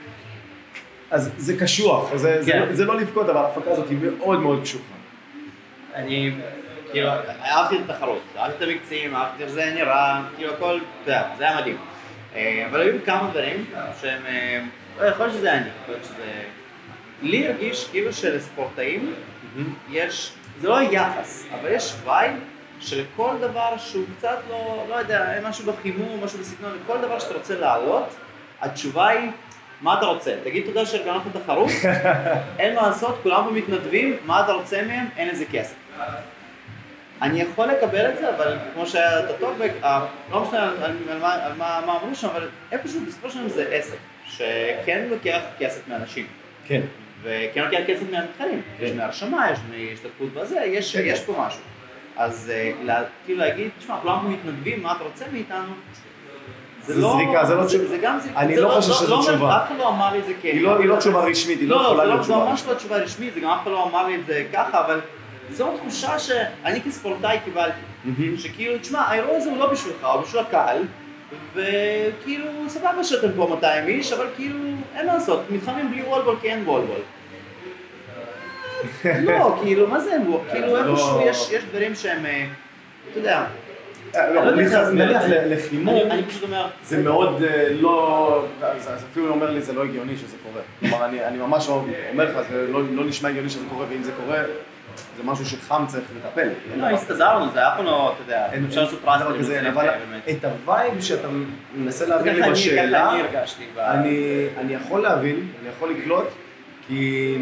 אז זה קשוח, זה, זה, זה לא לבכות, אבל ההפקה הזאת היא מאוד מאוד קשוחה. אני, כאילו, אהבתי את התחרות, אהבתי את המקצעים, אהבתי איך זה נראה, כאילו הכל, זה היה מדהים. אבל היו כמה דברים שהם, יכול להיות שזה אני, יכול להיות שזה... לי הרגיש כאילו שלספורטאים יש, זה לא יחס, אבל יש וייב שלכל דבר שהוא קצת לא, לא יודע, משהו בחימום, משהו בסגנון, לכל דבר שאתה רוצה לעלות, התשובה היא, מה אתה רוצה? תגיד תודה שארגנו את התחרות, אין מה לעשות, כולם פה מתנדבים, מה אתה רוצה מהם? אין איזה כסף. אני יכול לקבל את זה, אבל כמו שהיה את הטוקבק, לא משנה על, על, על, מה, על מה, מה אמרו שם, אבל איפשהו בסופו של דבר זה עסק, שכן לוקח כסף מאנשים. כן. וכן לוקח כסף מהמתחרים, יש מהרשמה, יש מהשתתפות בזה, יש, יש פה משהו. אז כאילו להגיד, תשמע, כולם פה מתנדבים, מה אתה רוצה מאיתנו? זה זריקה, זה לא תשובה. זה גם זריקה. אני לא חושב שזו תשובה. אף אחד לא אמר לי את זה כן. היא לא תשובה רשמית, היא לא יכולה להיות תשובה. לא, זה ממש לא תשובה רשמית, זה גם אף אחד לא אמר לי את זה ככה, אבל זו תחושה שאני כספורטאי קיבלתי. שכאילו, תשמע, האירוע הזה הוא לא בשבילך, הוא בשביל הקהל, וכאילו, סבבה שאתם פה מאתיים איש, אבל כאילו, אין מה לעשות, מתחמים בלי וולבול כי אין וולבול. לא, כאילו, מה זה אין וולבול? כאילו, איפשהו יש דברים שהם, אתה יודע, נניח לחימום, אני פשוט אומר, זה מאוד לא, אפילו אומר לי זה לא הגיוני שזה קורה. כלומר, אני ממש אומר לך, זה לא נשמע הגיוני שזה קורה, ואם זה קורה, זה משהו שחם צריך לטפל. לא, הסתדרנו, זה היה פה לא, אתה יודע, אפשר לעשות פרסטר כזה, אבל את הווייב שאתה מנסה להבין לי בשאלה, אני יכול להבין, אני יכול לקלוט, כי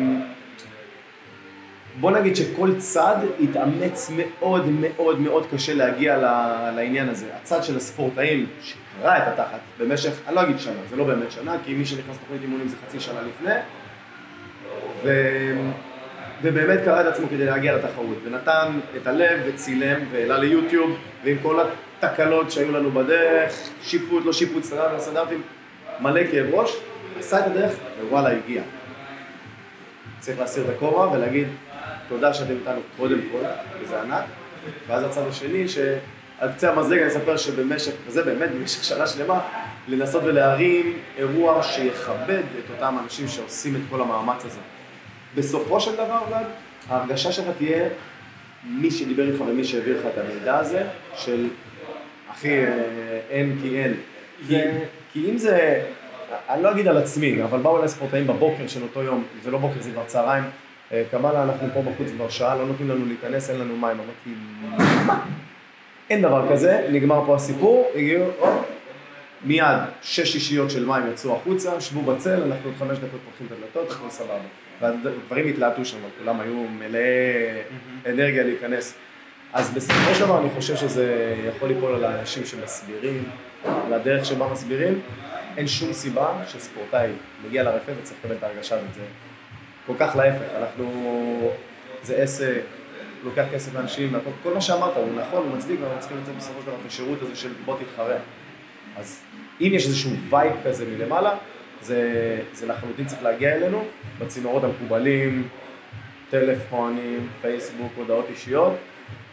בוא נגיד שכל צד יתאמץ מאוד מאוד מאוד קשה להגיע לעניין הזה. הצד של הספורטאים שקרא את התחת במשך, אני לא אגיד שנה, זה לא באמת שנה, כי מי שנכנס לתוכנית אימונים זה חצי שנה לפני, ו... ובאמת קרא את עצמו כדי להגיע לתחרות, ונתן את הלב וצילם והעלה ליוטיוב, ועם כל התקלות שהיו לנו בדרך, שיפוט, לא שיפוט, סטנדרטים, סטנדרטים, מלא כאב ראש, עשה את הדרך ווואלה הגיע. צריך להסיר את הכובע ולהגיד תודה שאתם איתנו קודם כל, וזה ענק, ואז הצד השני שעל קצה המזלג אני אספר שבמשך, וזה באמת במשך שנה שלמה, לנסות ולהרים אירוע שיכבד את אותם אנשים שעושים את כל המאמץ הזה. בסופו של דבר, ולד, ההרגשה שלך תהיה מי שדיבר איתך ומי שהעביר לך את המידע הזה, של אחי, אין כי אין. זה... כי אם זה, אני לא אגיד על עצמי, אבל באו אליי ספורטאים בבוקר של אותו יום, זה לא בוקר, זה כבר צהריים, קמאלה, אנחנו פה בחוץ כבר שעה, לא נותנים לנו להיכנס, אין לנו מים, אמרתי, מה? אין דבר כזה, נגמר פה הסיפור, הגיעו, או, מיד, שש שישיות של מים יצאו החוצה, שבו בצל, אנחנו עוד חמש דקות פותחים את הדלתות, הכל סבבה. והדברים התלהטו שם, כולם היו מלאי אנרגיה להיכנס. אז בסופו של דבר אני חושב שזה יכול ליפול על האנשים שמסבירים, על הדרך שבה מסבירים. אין שום סיבה שספורטאי מגיע לרפא וצריך לקבל את ההרגשה הזאת. זה כל כך להפך, אנחנו, זה עסק, לוקח כסף לאנשים, כל מה שאמרת הוא נכון, הוא מצדיק, ואנחנו צריכים לצאת בסופו של דבר את השירות הזה של בוא תתחרה. אז אם יש איזשהו וייב כזה מלמעלה, זה, זה לחלוטין צריך להגיע אלינו, בצינורות המקובלים, טלפונים, פייסבוק, הודעות אישיות,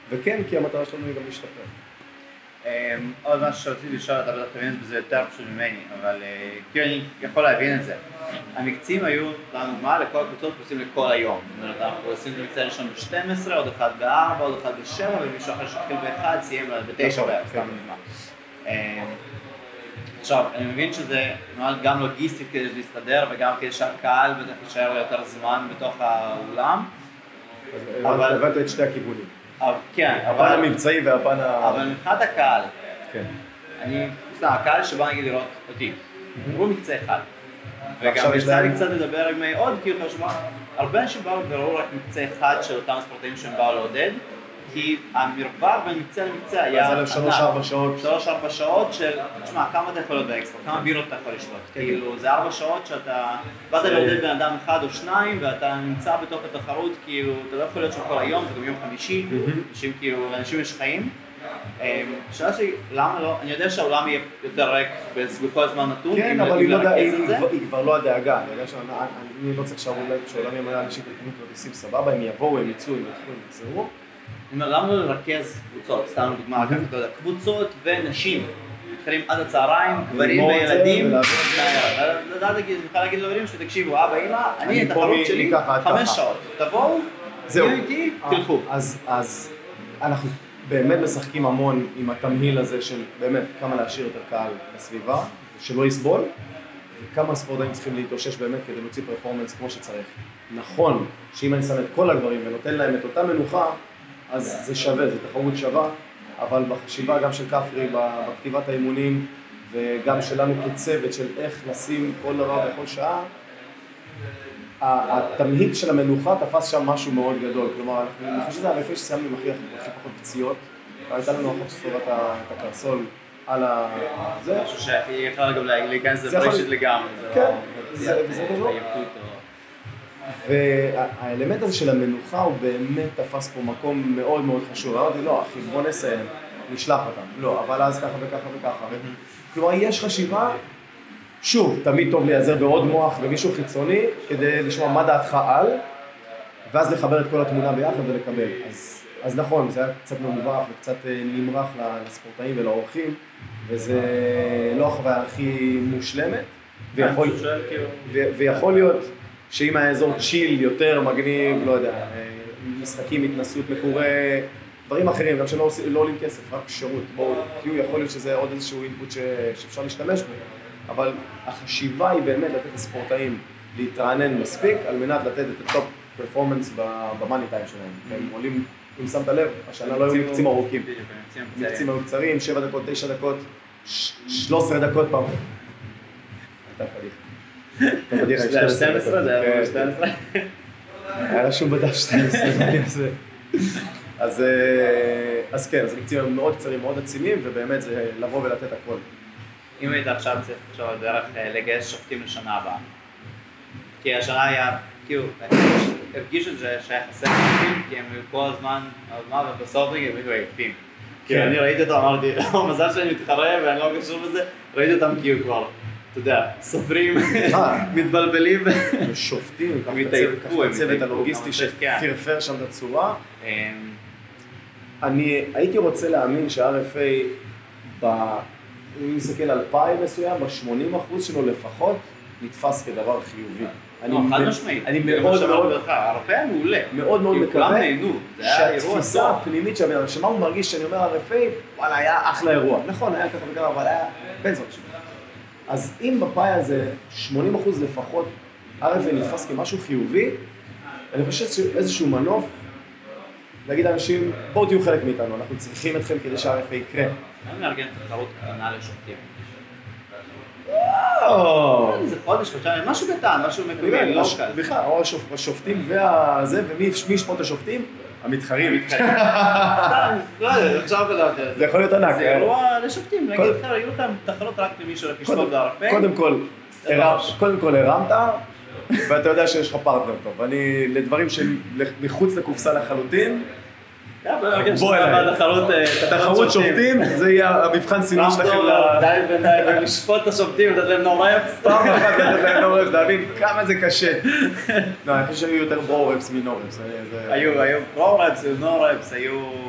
וכן, כי המטרה שלנו היא גם להשתפר. עוד משהו שרציתי לשאול, אתה בטח תבין בזה יותר פשוט ממני, אבל כאילו אני יכול להבין את זה. המקצים היו, לדוגמה, לכל הקבוצות עושים לכל היום. זאת אומרת, אנחנו עושים את המקצה הראשון ב-שתים עשרה, עוד אחד ב-ארבע, עוד אחד ב-שבע, ומישהו אחר שהתחיל ב-אחד, סיים ב-תשע בערב, סתם נגמר. עכשיו, אני מבין שזה נועד גם לוגיסטית כדי שזה יסתדר, וגם כדי שהקהל בטח יישאר יותר זמן בתוך האולם. אז הבנת את שתי הכיוונים. כן, הפן המבצעי והפן ה... אבל מבחינת הקהל, כן. אני, סתם, הקהל שבא נגיד לראות אותי, הוא מקצה אחד. וגם יצא לי קצת לדבר עם עוד, כאילו חשוב, הרבה אנשים באו וראו רק מקצה אחד של אותם ספורטאים שהם באו לעודד, כי המרווח בין מקצה למקצה היה ענק. אז שלוש ארבע שעות. שלוש ארבע שעות של, תשמע, כמה אתה יכול להיות באקסטרה, כמה בירות אתה יכול לשתות. כאילו, זה ארבע שעות שאתה באת לעודד בן אדם אחד או שניים, ואתה נמצא בתוך התחרות, כאילו, אתה לא יכול להיות שם כל היום, זה גם יום חמישי, אנשים כאילו, לאנשים יש חיים. השאלה שלי, למה לא, אני יודע שהעולם יהיה יותר ריק בכל זמן נתון, כן, אבל היא כבר לא הדאגה, אני יודע שאני לא צריך שהעולם יהיה אנשים קונים כרטיסים סבבה, הם יבואו, הם יצאו, הם יתחו, הם יחזרו. למה לא לרכז קבוצות, סתם דוגמה, לקחת, אתה יודע, קבוצות ונשים, מתחילים עד הצהריים, גברים וילדים, לדעת להגיד, אני יכול להגיד לילדים שתקשיבו, אבא, אמא, אני את החרות שלי, חמש שעות, תבואו, תהיו איתי, תלכו. אז אנחנו באמת משחקים המון עם התמהיל הזה של באמת כמה להשאיר יותר קהל בסביבה, שלא יסבול, וכמה ספורטאים צריכים להתאושש באמת כדי להוציא פרפורמנס כמו שצריך. נכון שאם אני שם את כל הגברים ונותן להם את אותה מנוחה, אז זה שווה, זה תחרות שווה, אבל בחשיבה גם של כפרי, בכתיבת האימונים, וגם שלנו כצוות של איך לשים כל דבר בכל שעה, התמהיל של המנוחה תפס שם משהו מאוד גדול, כלומר, אני חושב שזה הרפי שסיימנו עם הכי פחות פציעות, הייתה לנו אחת שסובבת את הקרסול על זה. משהו שהיא יכולה גם להיכנס לפרישת לגמרי. כן, וזה כזו. והאלמנט הזה של המנוחה הוא באמת תפס פה מקום מאוד מאוד חשוב. אמרתי, לא, אחי, בוא נסיים, נשלח אותם. לא, אבל אז ככה וככה וככה. כלומר, יש חשיבה, שוב, תמיד טוב להיעזר בעוד מוח ומישהו חיצוני, כדי לשמוע מה דעתך על, ואז לחבר את כל התמונה ביחד ולקבל. אז, אז נכון, זה היה קצת ממוברח וקצת נמרח לספורטאים ולאורחים, וזה לא החוויה הכי מושלמת, ויכול, ויכול להיות שאם האזור צ'יל יותר מגניב, לא יודע, משחקים, התנסות, מקורה, דברים אחרים, גם שלא לא עולים כסף, רק שירות, בואו, תהיו, יכול להיות שזה עוד איזשהו אינפוט שאפשר להשתמש בו, אבל החשיבה היא באמת לתת לספורטאים להתרענן מספיק, על מנת לתת את הטופ פרפורמנס במאני טיים שלהם. הם עולים, אם שמת לב, השנה לא היו מקצים ארוכים. מקצים היו קצרים, שבע דקות, תשע דקות, שלוש עשרה דקות פעם. הייתה פדיחה. זה היה שתים עשרה? זה היה שתים עשרה? היה רשום בדף שתים עשרה. אז כן, אז מקצים מאוד קצרים, מאוד עצימים, ובאמת זה לבוא ולתת הכל. אם היית עכשיו צריך לחשוב על דרך לגייס שופטים לשנה הבאה. כי השנה היה, כאילו, הרגיש את זה שהיה חסר שופטים, כי הם היו כל הזמן, ובסוף הם היו עייפים. כאילו, אני ראיתי אותו, אמרתי, מזל שאני מתחרה ואני לא קשור בזה, ראיתי אותם כאילו כבר, אתה יודע, סופרים, מתבלבלים. ושופטים, ככה הצוות הלוגיסטי שפרפר שם את הצורה. אני הייתי רוצה להאמין שה-אר אף איי, אם נסתכל על פאי מסוים, ב-שמונים אחוז שלו לפחות, נתפס כדבר חיובי. לא, חד משמעית. אני מאוד מאוד... ה-אר אף איי מעולה. מאוד מאוד מקווה נהנו. שהתפיסה הפנימית של שמה הוא מרגיש שאני אומר ה-אר אף איי, וואלה, היה אחלה אירוע. נכון, היה ככה וככה, אבל היה בן זאת שלי. אז אם בפאי הזה שמונים אחוז לפחות, ה-אר אף איי נתפס כמשהו חיובי, אני חושב שאיזשהו מנוף, להגיד לאנשים, בואו תהיו חלק מאיתנו, אנחנו צריכים אתכם כדי שה-אר אף איי יקרה. אני מארגן תחרות קטנה לשופטים. וואו! זה חודש, חודשיים, משהו קטן, משהו מקומי, לא קל. בכלל, או השופטים והזה, ומי ישפוט השופטים? המתחרים. סתם, לא יודע, עכשיו בדעת. זה יכול להיות ענק. זה אירוע לשופטים, להגיד לכם, יהיו לכם תחרות רק למי שהולך לשפוט ב-אר אף איי. קודם כל, קודם כל הרמת, ואתה יודע שיש לך פרטנר טוב. אני, לדברים שמחוץ לקופסה לחלוטין, בוא אליי, תחרות שופטים, זה יהיה המבחן סינון שלכם. די ודי, ולשפוט את השופטים, לתת להם נורפס. פעם אחת לתת להם נורפס, להבין כמה זה קשה. לא, אני חושב שהיו יותר ברורפס מנורפס. היו, היו ברורפס, היו נורפס, היו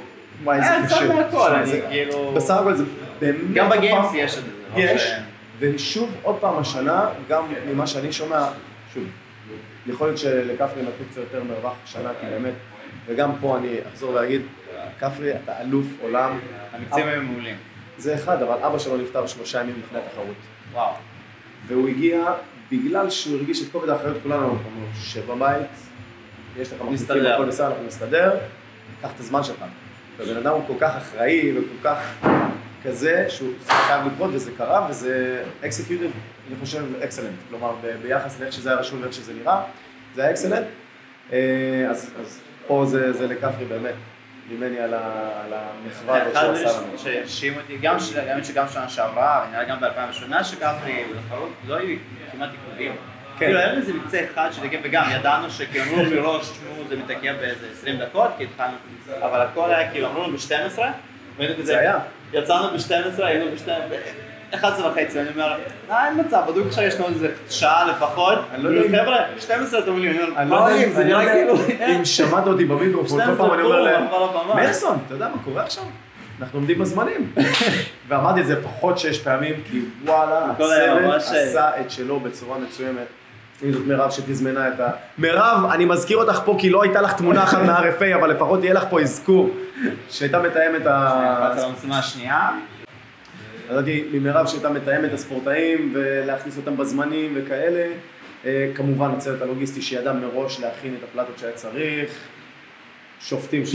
וואי, זה אה, קשה. קצת מהכל, שמע, אני זה- כאילו... בסך הכל זה באמת... גם עוד בגיימס פעם- יש את זה. זה לא יש, ש- ושוב, עוד פעם השנה, גם ממה שאני שומע, שוב, יכול להיות שלכפרי נתנו קצת יותר מרווח השנה, כי באמת, וגם פה אני אחזור ואגיד, כפרי, אתה אלוף עולם. המקצים הם מעולים. זה אחד, אבל אבא שלו נפטר שלושה ימים לפני התחרות. וואו. והוא הגיע, בגלל שהוא הרגיש את כובד האחריות, כולנו אמרנו, שבבית, יש לך מחליפים, נסתדר. הכל בסדר, אנחנו נסתדר, קח את הזמן שלך. ובן אדם הוא כל כך אחראי וכל כך כזה, שהוא חייב לקרות וזה קרה, וזה executed, אני חושב, excellent. כלומר, ב- ביחס לאיך שזה היה רשום ואיך שזה נראה, זה היה excellent. אה, אז, אז פה זה, זה לכפרי באמת, ממני על ה- על המחווה הזאת אחד שהוא עשה לנו. שהאשים אותי, גם ש- האמת שגם שנה שעברה, נראה גם ב-אלפיים ושמונה שכפרי בתחרות, לא היו כמעט עיכובים. כן. כאילו היה לזה מקצה אחד שדגם, וגם ידענו שכאילו אמרו מראש, תשמעו, זה מתעכב באיזה עשרים דקות, כי התחלנו, אבל הכל היה כאילו, אמרו לנו ב-שתים עשרה, והיינו כזה, זה היה. יצאנו ב-שתים עשרה, היינו ב-אחת עשרה וחצי, ואני אומר, אה, אין מצב, בדיוק עכשיו יש לנו איזה שעה לפחות, אני לא יודע אם- חבר'ה, שתים עשרה אתם אומרים, אני אומר, אני לא מה יודע עולים, אם- זה אני לא נראה יודע כאילו, אם שמעת אותי במיקרופון, כל שתים פעם עשרה אני אומר פה, להם, אבל הבמה. מרסון, אתה יודע מה קורה עכשיו? אנחנו עומדים בזמנים. ואמרתי את זה לפחות שש פעמים, כי וואלה, הכל היה הצוות ממש- עשה את שלו בצורה מצוימת. אם זאת מירב שתזמנה את ה... מירב, אני מזכיר אותך פה כי לא הייתה לך תמונה אחת מה-אר אף איי, אבל לפחות יהיה לך פה אזכור שהייתה מתאמת את ה... רצה למשימה השנייה. ידעתי ממירב שהייתה מתאמת את הספורטאים ולהכניס אותם בזמנים וכאלה. אה, כמובן הצוות הלוגיסטי שידע מראש להכין את הפלטות שהיה צריך. שופטים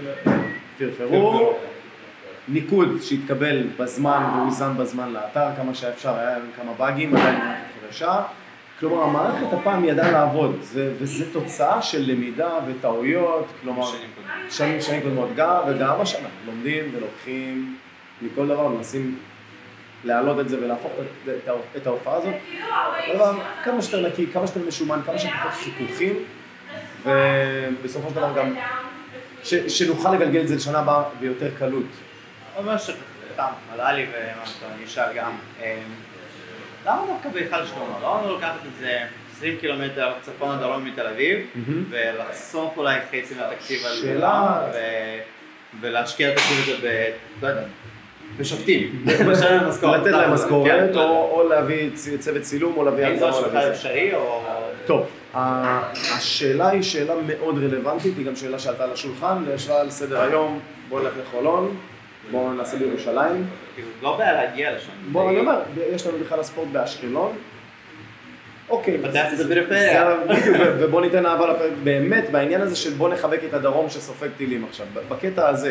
שפרפרו. ניקוד שהתקבל בזמן והוזן בזמן לאתר כמה שאפשר, היה לנו כמה באגים, עדיין מערכת חדשה. כלומר, המערכת הפעם ידעה לעבוד, זה, וזה תוצאה של למידה וטעויות, כלומר, שנים שנים קודמות, גם וגם השנה, לומדים ולוקחים מכל דבר, מנסים להעלות את זה ולהפוך את, את, את ההופעה הזאת. דבר, כמה שיותר נקי, כמה שיותר משומן, כמה שפחות חיכוכים, ובסופו של דבר גם, ש, שנוכל לגלגל את זה לשנה הבאה ביותר קלות. אומר שתם, עלה לי ואני אשאל גם, למה דווקא בהיכל שלמה? לא אמרנו לקחת את זה עשרים קילומטר צפון הדרום מתל אביב, ולחסוך אולי חצי מהתקציב על שאלה... ולהשקיע את התקציב הזה ב... לא יודע, בשופטים, לשלם להם משכורת. לתת להם משכורת, כן, או להביא צוות צילום, או להביא... האם הרצאה, זו או שלך להביא זה. אפשרי או... טוב, ה- השאלה היא שאלה מאוד רלוונטית, היא גם שאלה שעלתה על השולחן, ישבה על סדר היום, בואו נלך לחולון, בואו נעשה בירושלים. כאילו, לא בעיה להגיע לשם. בואו, אני אומר, יש לנו בכלל הספורט באשקלון. אוקיי. פתח את זה בפריפריה. זה בדיוק, ו- ובוא ניתן אהבה לפרק, באמת, בעניין הזה של בוא נחבק את הדרום שסופג טילים עכשיו, בקטע הזה.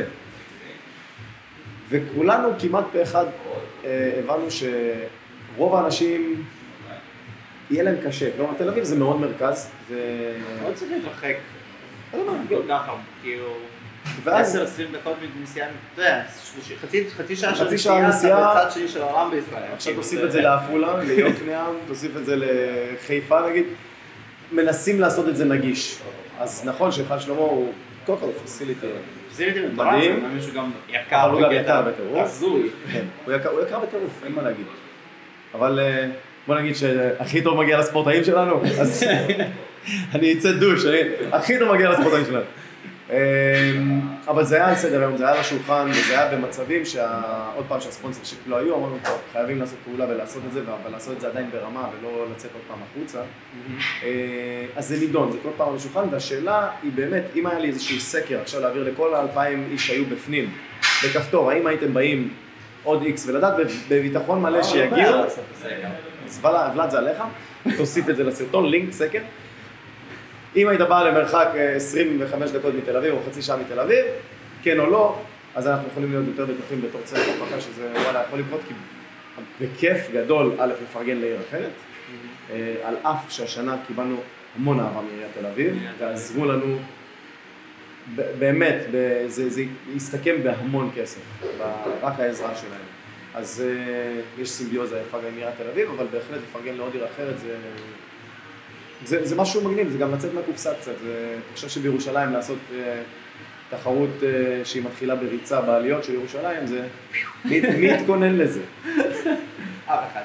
וכולנו כמעט פה אחד אה, הבנו שרוב האנשים יהיה להם קשה. כלומר, תל אביב זה מאוד מרכז, זה... מאוד צריך להתרחק. אני לא יודע, כל כך הרבה, כאילו... ואז- עשר עשרים דקות מנסיעה, אתה יודע, חצי- חצי שעה חצי של שעה נסיעה, נסיעה. אתה בצד שני של העולם בישראל. עכשיו כאילו, תוסיף את זה לעפולה, ליוקנעם, תוסיף את זה לחיפה נגיד, מנסים לעשות את זה נגיש. אז נכון שהיכל שלמה הוא קודם כל פסיליטי. זה לי מטורף, מדהים. אני מאמין שהוא גם יקר אבל הוא גם בקטע יקר בטירוף. הזוי. כן, הוא יקר- הוא יקר בטירוף, אין מה להגיד. אבל אה, בוא נגיד שהכי טוב מגיע לספורטאים שלנו, אז אני אצא דוש, אני הכי טוב מגיע לספורטאים שלנו. אה, אבל זה היה על סדר היום, זה היה על השולחן, וזה היה במצבים שעוד פעם שהספונסר שלא היו, אמרנו טוב, חייבים לעשות פעולה ולעשות את זה, אבל לעשות את זה עדיין ברמה ולא לצאת עוד פעם החוצה. אה, אז זה נידון, זה כל פעם על השולחן, והשאלה היא באמת, אם היה לי איזשהו סקר עכשיו להעביר לכל האלפיים איש שהיו בפנים, בכפתור, האם הייתם באים עוד איקס ולדעת בביטחון מלא שיגיעו, אז וואלה, ולד זה עליך, תוסיף את זה לסרטון, לינק, סקר. אם היית בא למרחק עשרים וחמש דקות מתל אביב או חצי שעה מתל אביב, כן או לא, אז אנחנו יכולים להיות יותר בטוחים בתור צוות הפקה שזה וואלה יכול לקרות, כי בכיף גדול, א', לפרגן לעיר אחרת, על אף שהשנה קיבלנו המון אהבה מעיריית תל אביב, ועזרו לנו, באמת, זה, זה הסתכם בהמון כסף, רק העזרה שלהם. אז יש סימביוזה יפה גם עם עיריית תל אביב, אבל בהחלט לפרגן לעוד עיר אחרת זה... זה, זה משהו מגניב, זה גם לצאת מהקופסה קצת, זה, אני חושב שבירושלים לעשות אה, תחרות אה, שהיא מתחילה בריצה בעליות של ירושלים, זה... מי, מי יתכונן לזה? אף אחד.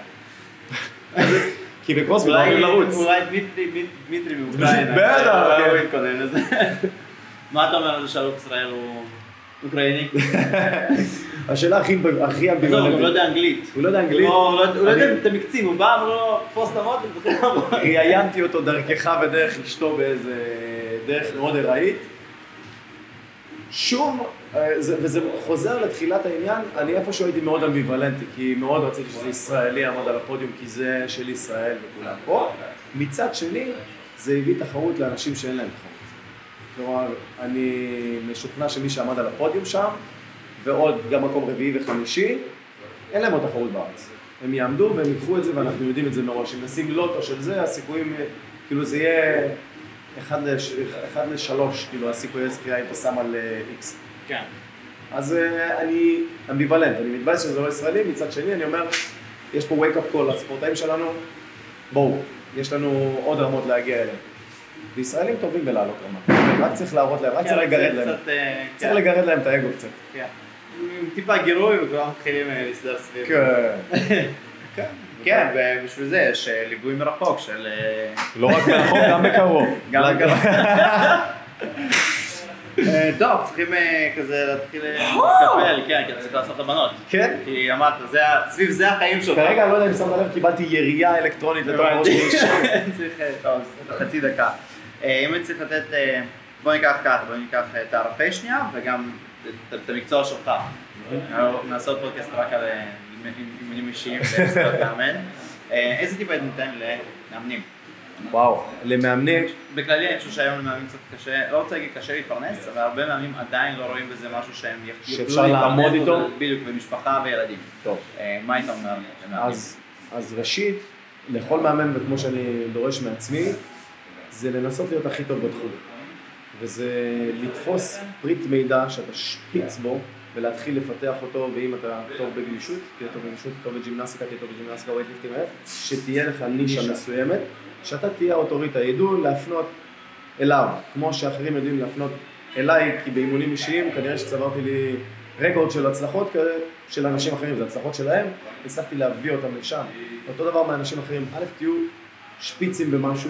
כי בקרוס אוהבים לרוץ. אולי דמיטרי, דמיטרי מאוקראינה. בטח, הוא כן. יתכונן לזה. מה אתה אומר על זה שאלוף ישראל הוא... אוקראיני. השאלה הכי הכי הוא אמביוולנטית. לא יודע אנגלית. הוא לא יודע אנגלית. הוא לא יודע את המקצים, הוא בא, אמרו לו, תפוס את המוט ותתחיל לעבוד. ראיינתי אותו דרכך ודרך אשתו באיזה דרך מאוד הראית. שוב, וזה חוזר לתחילת העניין, אני איפשהו הייתי מאוד אמביוולנטי, כי מאוד רציתי שזה ישראלי יעמוד על הפודיום, כי זה של ישראל וכולם פה. מצד שני, זה הביא תחרות לאנשים שאין להם תחרות. כלומר, אני משוכנע שמי שעמד על הפודיום שם, ועוד גם מקום רביעי וחמישי, אין להם עוד תחרות בארץ. הם יעמדו והם יקחו את זה, ואנחנו יודעים את זה מראש. אם נשים לוטו של זה, הסיכויים, כאילו זה יהיה אחד לשלוש, כאילו הסיכוי הזכייה אם אתה שם על איקס. כן. אז אני אמביוולנט, אני מתבייש שזה לא ישראלי, מצד שני אני אומר, יש פה wake up call לספורטאים שלנו, בואו, יש לנו עוד רמות להגיע אליהם. וישראלים טובים בלעלות רמה, רק צריך להראות להם, רק צריך לגרד להם, צריך לגרד להם את האגו קצת. כן, עם טיפה גירוי וכבר מתחילים להסתדר סביב. כן. כן, ובשביל זה יש ליווי מרחוק של... לא רק מרחוק, גם בקרוב. גם בקרוב. טוב, צריכים כזה להתחיל לקפל, כן, כי צריך לעשות את הבנות. כן? כי אמרת, סביב זה החיים שלך. כרגע, לא יודע אם שמת לב, קיבלתי ירייה אלקטרונית לתוך ראש איש. צריך, טוב, חצי דקה. אם אני צריך לתת, בוא ניקח ככה, בוא ניקח את הערפי שנייה, וגם את המקצוע שלך. נעשות פודקאסט רק על אימונים אישיים וספורט מאמן. איזה טיפ היית נותן למאמנים? וואו, למאמנים... בכללי אני חושב שהיום למאמנים קצת קשה, לא רוצה להגיד קשה להתפרנס, אבל הרבה מאמנים עדיין לא רואים בזה משהו שהם שאפשר לעמוד איתו. בדיוק, במשפחה וילדים. טוב. מה היית אומר למאמנים? אז ראשית, לכל מאמן, וכמו שאני דורש מעצמי, זה לנסות להיות הכי טוב בתחום. וזה לתפוס פריט מידע שאתה שפיץ בו, ולהתחיל לפתח אותו, ואם אתה טוב בגלישות, תהיה טוב בגלישות, טוב בג'ימנסיקה, תהיה טוב בג'ימנסיקה, ווייטליפטינג, שתהיה לך נישה מסוימת, שאתה תהיה האוטוריטה, ידעו להפנות אליו, כמו שאחרים יודעים להפנות אליי, כי באימונים אישיים כנראה שצברתי לי רקורד של הצלחות של אנשים אחרים, זה הצלחות שלהם, הצלחתי להביא אותם לשם. אותו דבר מאנשים אחרים, א', תהיו שפיצים במשהו,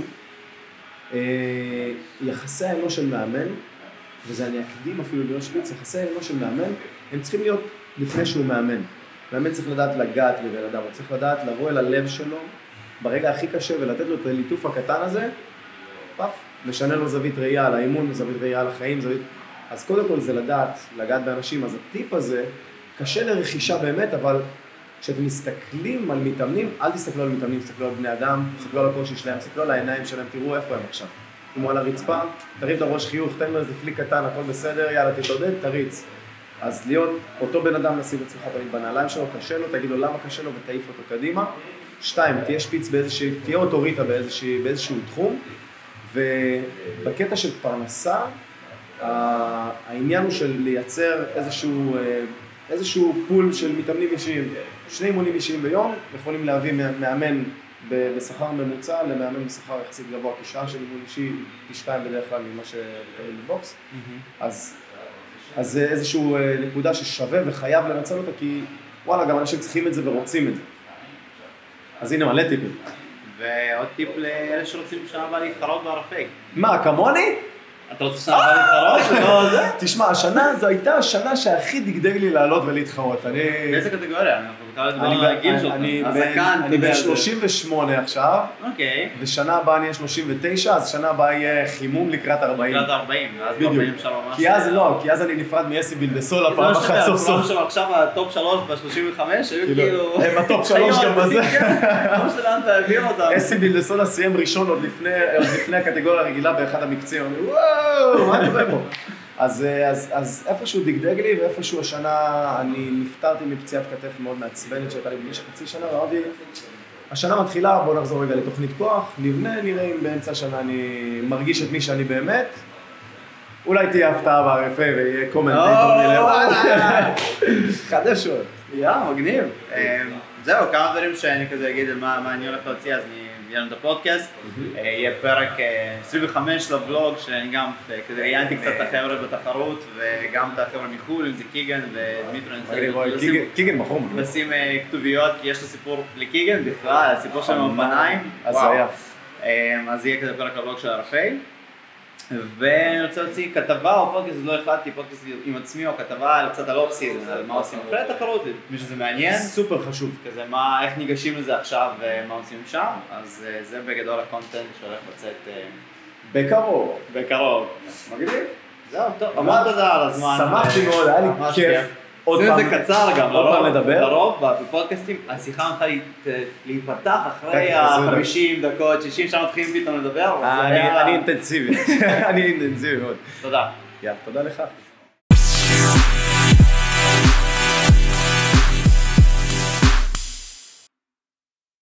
יחסי האנוש של מאמן, וזה אני אקדים אפילו להיות שפיץ, יחסי האנוש של מאמן, הם צריכים להיות לפני שהוא מאמן. מאמן צריך לדעת לגעת בבן אדם, הוא צריך לדעת לבוא אל הלב שלו ברגע הכי קשה ולתת לו את הליטוף הקטן הזה, פף, משנה לו זווית ראייה על האימון, זווית ראייה על החיים, זווית... אז קודם כל זה לדעת, לגעת באנשים, אז הטיפ הזה קשה לרכישה באמת, אבל כשאתם מסתכלים על מתאמנים, אל תסתכלו על מתאמנים, תסתכלו על בני אדם, תסתכלו על הקושי שלהם, תסתכלו על העיניים שלהם, תראו איפה הם עכשיו. אם הוא על הרצפה, תרים את הראש חיוך, תן לו איזה פליק קטן, הכל בסדר, יאללה תתעודד, תריץ. אז להיות אותו בן אדם לשים עצמך תמיד בנעליים שלו, קשה לו, תגיד לו למה קשה לו ותעיף אותו קדימה. שתיים, תהיה שפיץ באיזושהי, תהיה אוטוריטה באיזושהי, באיזשהו תחום, ובקטע של פרנסה, העניין הוא של לייצר איזשהו, איזשהו פול של מתאמנים אישיים. שני אימונים אישיים ביום יכולים להביא מאמן בשכר ממוצע למאמן בשכר יחסית גבוה, כי שעה של אימון אישי פי שתיים בדרך כלל ממה שקוראים בבוקס. אז אז זה איזשהו נקודה ששווה וחייב לנצל אותה, כי וואלה, גם אנשים צריכים את זה ורוצים את זה. אז הנה מלא טיפים. ועוד טיפ לאלה שרוצים שנה הבאה להתחרות בערפי. מה, כמוני? אתה רוצה שנה הבאה להתחרות? לא זה? תשמע, השנה זו הייתה השנה שהכי דגדג לי לעלות ולהתחרות. באיזה קטגוריה? אנחנו בכלל לדבר על הגיל שלך. אני בן שלושים ושמונה עכשיו. אוקיי. ושנה הבאה אני אהיה שלושים ותשע, אז שנה הבאה יהיה חימום לקראת ארבעים. לקראת ארבעים, אז ארבעים שם ממש. כי אז לא, כי אז אני נפרד מאסי בילדסול הפעם אחת סוף סוף. כולם עכשיו הטופ שלוש ב-שלושים וחמש, היו כאילו... הם הטופ שלוש גם בזה. כמו שלאן תעביר אותם. אסי בילדסול סיים ראשון עוד לפני הקטגוריה הרגילה באחד המקצים. וואו, מה קורה פה? אז, אז, אז איפשהו דגדג לי, ואיפשהו השנה אני נפטרתי מפציעת כתף מאוד מעצבנת שהייתה לי במשך חצי שנה, ואמרתי, השנה מתחילה, בואו נחזור רגע לתוכנית כוח, נבנה, נראה אם באמצע השנה אני מרגיש את מי שאני באמת, אולי תהיה הפתעה בערפה ויהיה קומנטייטור מלמעלה. חדשות. יא, מגניב. זהו, כמה דברים שאני כזה אגיד על מה אני הולך להוציא, אז יהיה לנו את הפודקאסט, יהיה פרק עשרים וחמש לבלוג, שאני גם כזה ראיינתי קצת את החבר'ה בתחרות, וגם את החבר'ה מחול, אם זה קיגן ודמיטרי. קיגן בחור. לשים כתוביות, כי יש לו סיפור לקיגן בכלל, הסיפור של האופניים. אז היה. אז יהיה כזה פרק לבלוג של הרפאי. ואני רוצה להוציא כתבה או פודקאסט, לא החלטתי פודקאסט עם עצמי או כתבה קצת על אוף סיזון, על מה עושים אחרי התחרות, מי שזה מעניין. סופר חשוב. כזה מה, איך ניגשים לזה עכשיו ומה עושים שם, אז זה בגדול הקונטנט שהולך לצאת בקרוב. בקרוב. מגניב. זהו, טוב, המון תודה על הזמן. שמחתי מאוד, היה לי כיף. עוד פעם, זה קצר גם, עוד פעם לדבר. לרוב בפודקאסטים השיחה מתחילה להיפתח אחרי ה-חמישים דקות, שישים, שם מתחילים פתאום לדבר. אני אינטנסיבי, אני אינטנסיבי מאוד. תודה. יאללה, תודה לך.